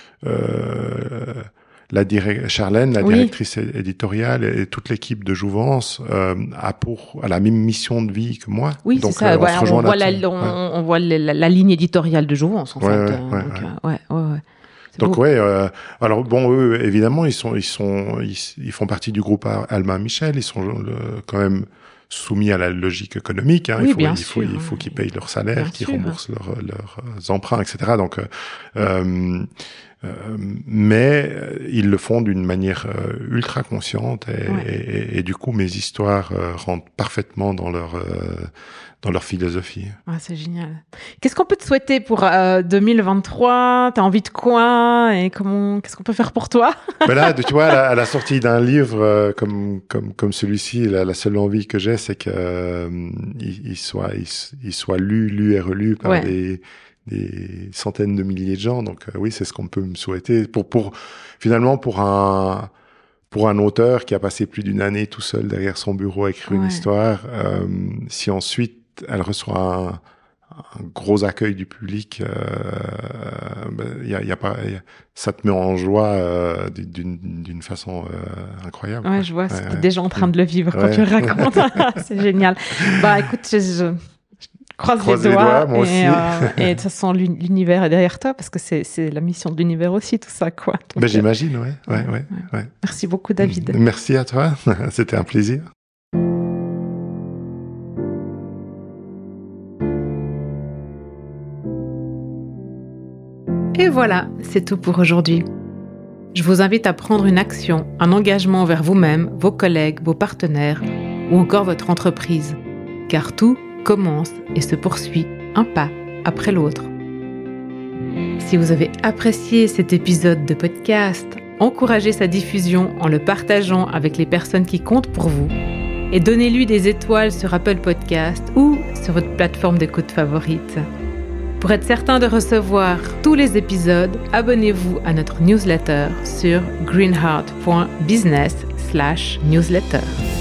Charlène, la directrice éditoriale et toute l'équipe de Jouvence a la même mission de vie que moi. Oui, donc, c'est ça. On voit la ligne éditoriale de Jouvence en fait. Donc alors bon, eux évidemment ils font partie du groupe Albin Michel, ils sont quand même soumis à la logique économique, hein. Il faut qu'ils payent leur salaire, qu'ils remboursent leurs emprunts, etc. Donc, mais ils le font d'une manière ultra consciente et du coup mes histoires rentrent parfaitement dans leur philosophie. Ah, c'est génial. Qu'est-ce qu'on peut te souhaiter pour 2023 ? T'as envie de quoi ? Et qu'est-ce qu'on peut faire pour toi ? Là, tu vois, à la sortie d'un livre comme celui-ci, la seule envie que j'ai, c'est que il soit lu et relu par des centaines de milliers de gens. Donc oui, c'est ce qu'on peut me souhaiter finalement pour un auteur qui a passé plus d'1 année tout seul derrière son bureau à écrire une histoire, si ensuite elle reçoit un gros accueil du public, ça te met en joie d'une façon incroyable. Ouais, je vois, c'est déjà en train de le vivre quand tu le racontes. C'est génial. Écoute, je croise les doigts moi aussi. Et de toute façon, l'univers est derrière toi parce que c'est la mission de l'univers aussi, tout ça, quoi. Donc, j'imagine, ouais. Merci beaucoup, David. Merci à toi. C'était un plaisir. Et voilà, c'est tout pour aujourd'hui. Je vous invite à prendre une action, un engagement envers vous-même, vos collègues, vos partenaires ou encore votre entreprise. Car tout commence et se poursuit un pas après l'autre. Si vous avez apprécié cet épisode de podcast, encouragez sa diffusion en le partageant avec les personnes qui comptent pour vous et donnez-lui des étoiles sur Apple Podcast ou sur votre plateforme d'écoute favorite. Pour être certain de recevoir tous les épisodes, abonnez-vous à notre newsletter sur greenheart.business/newsletter.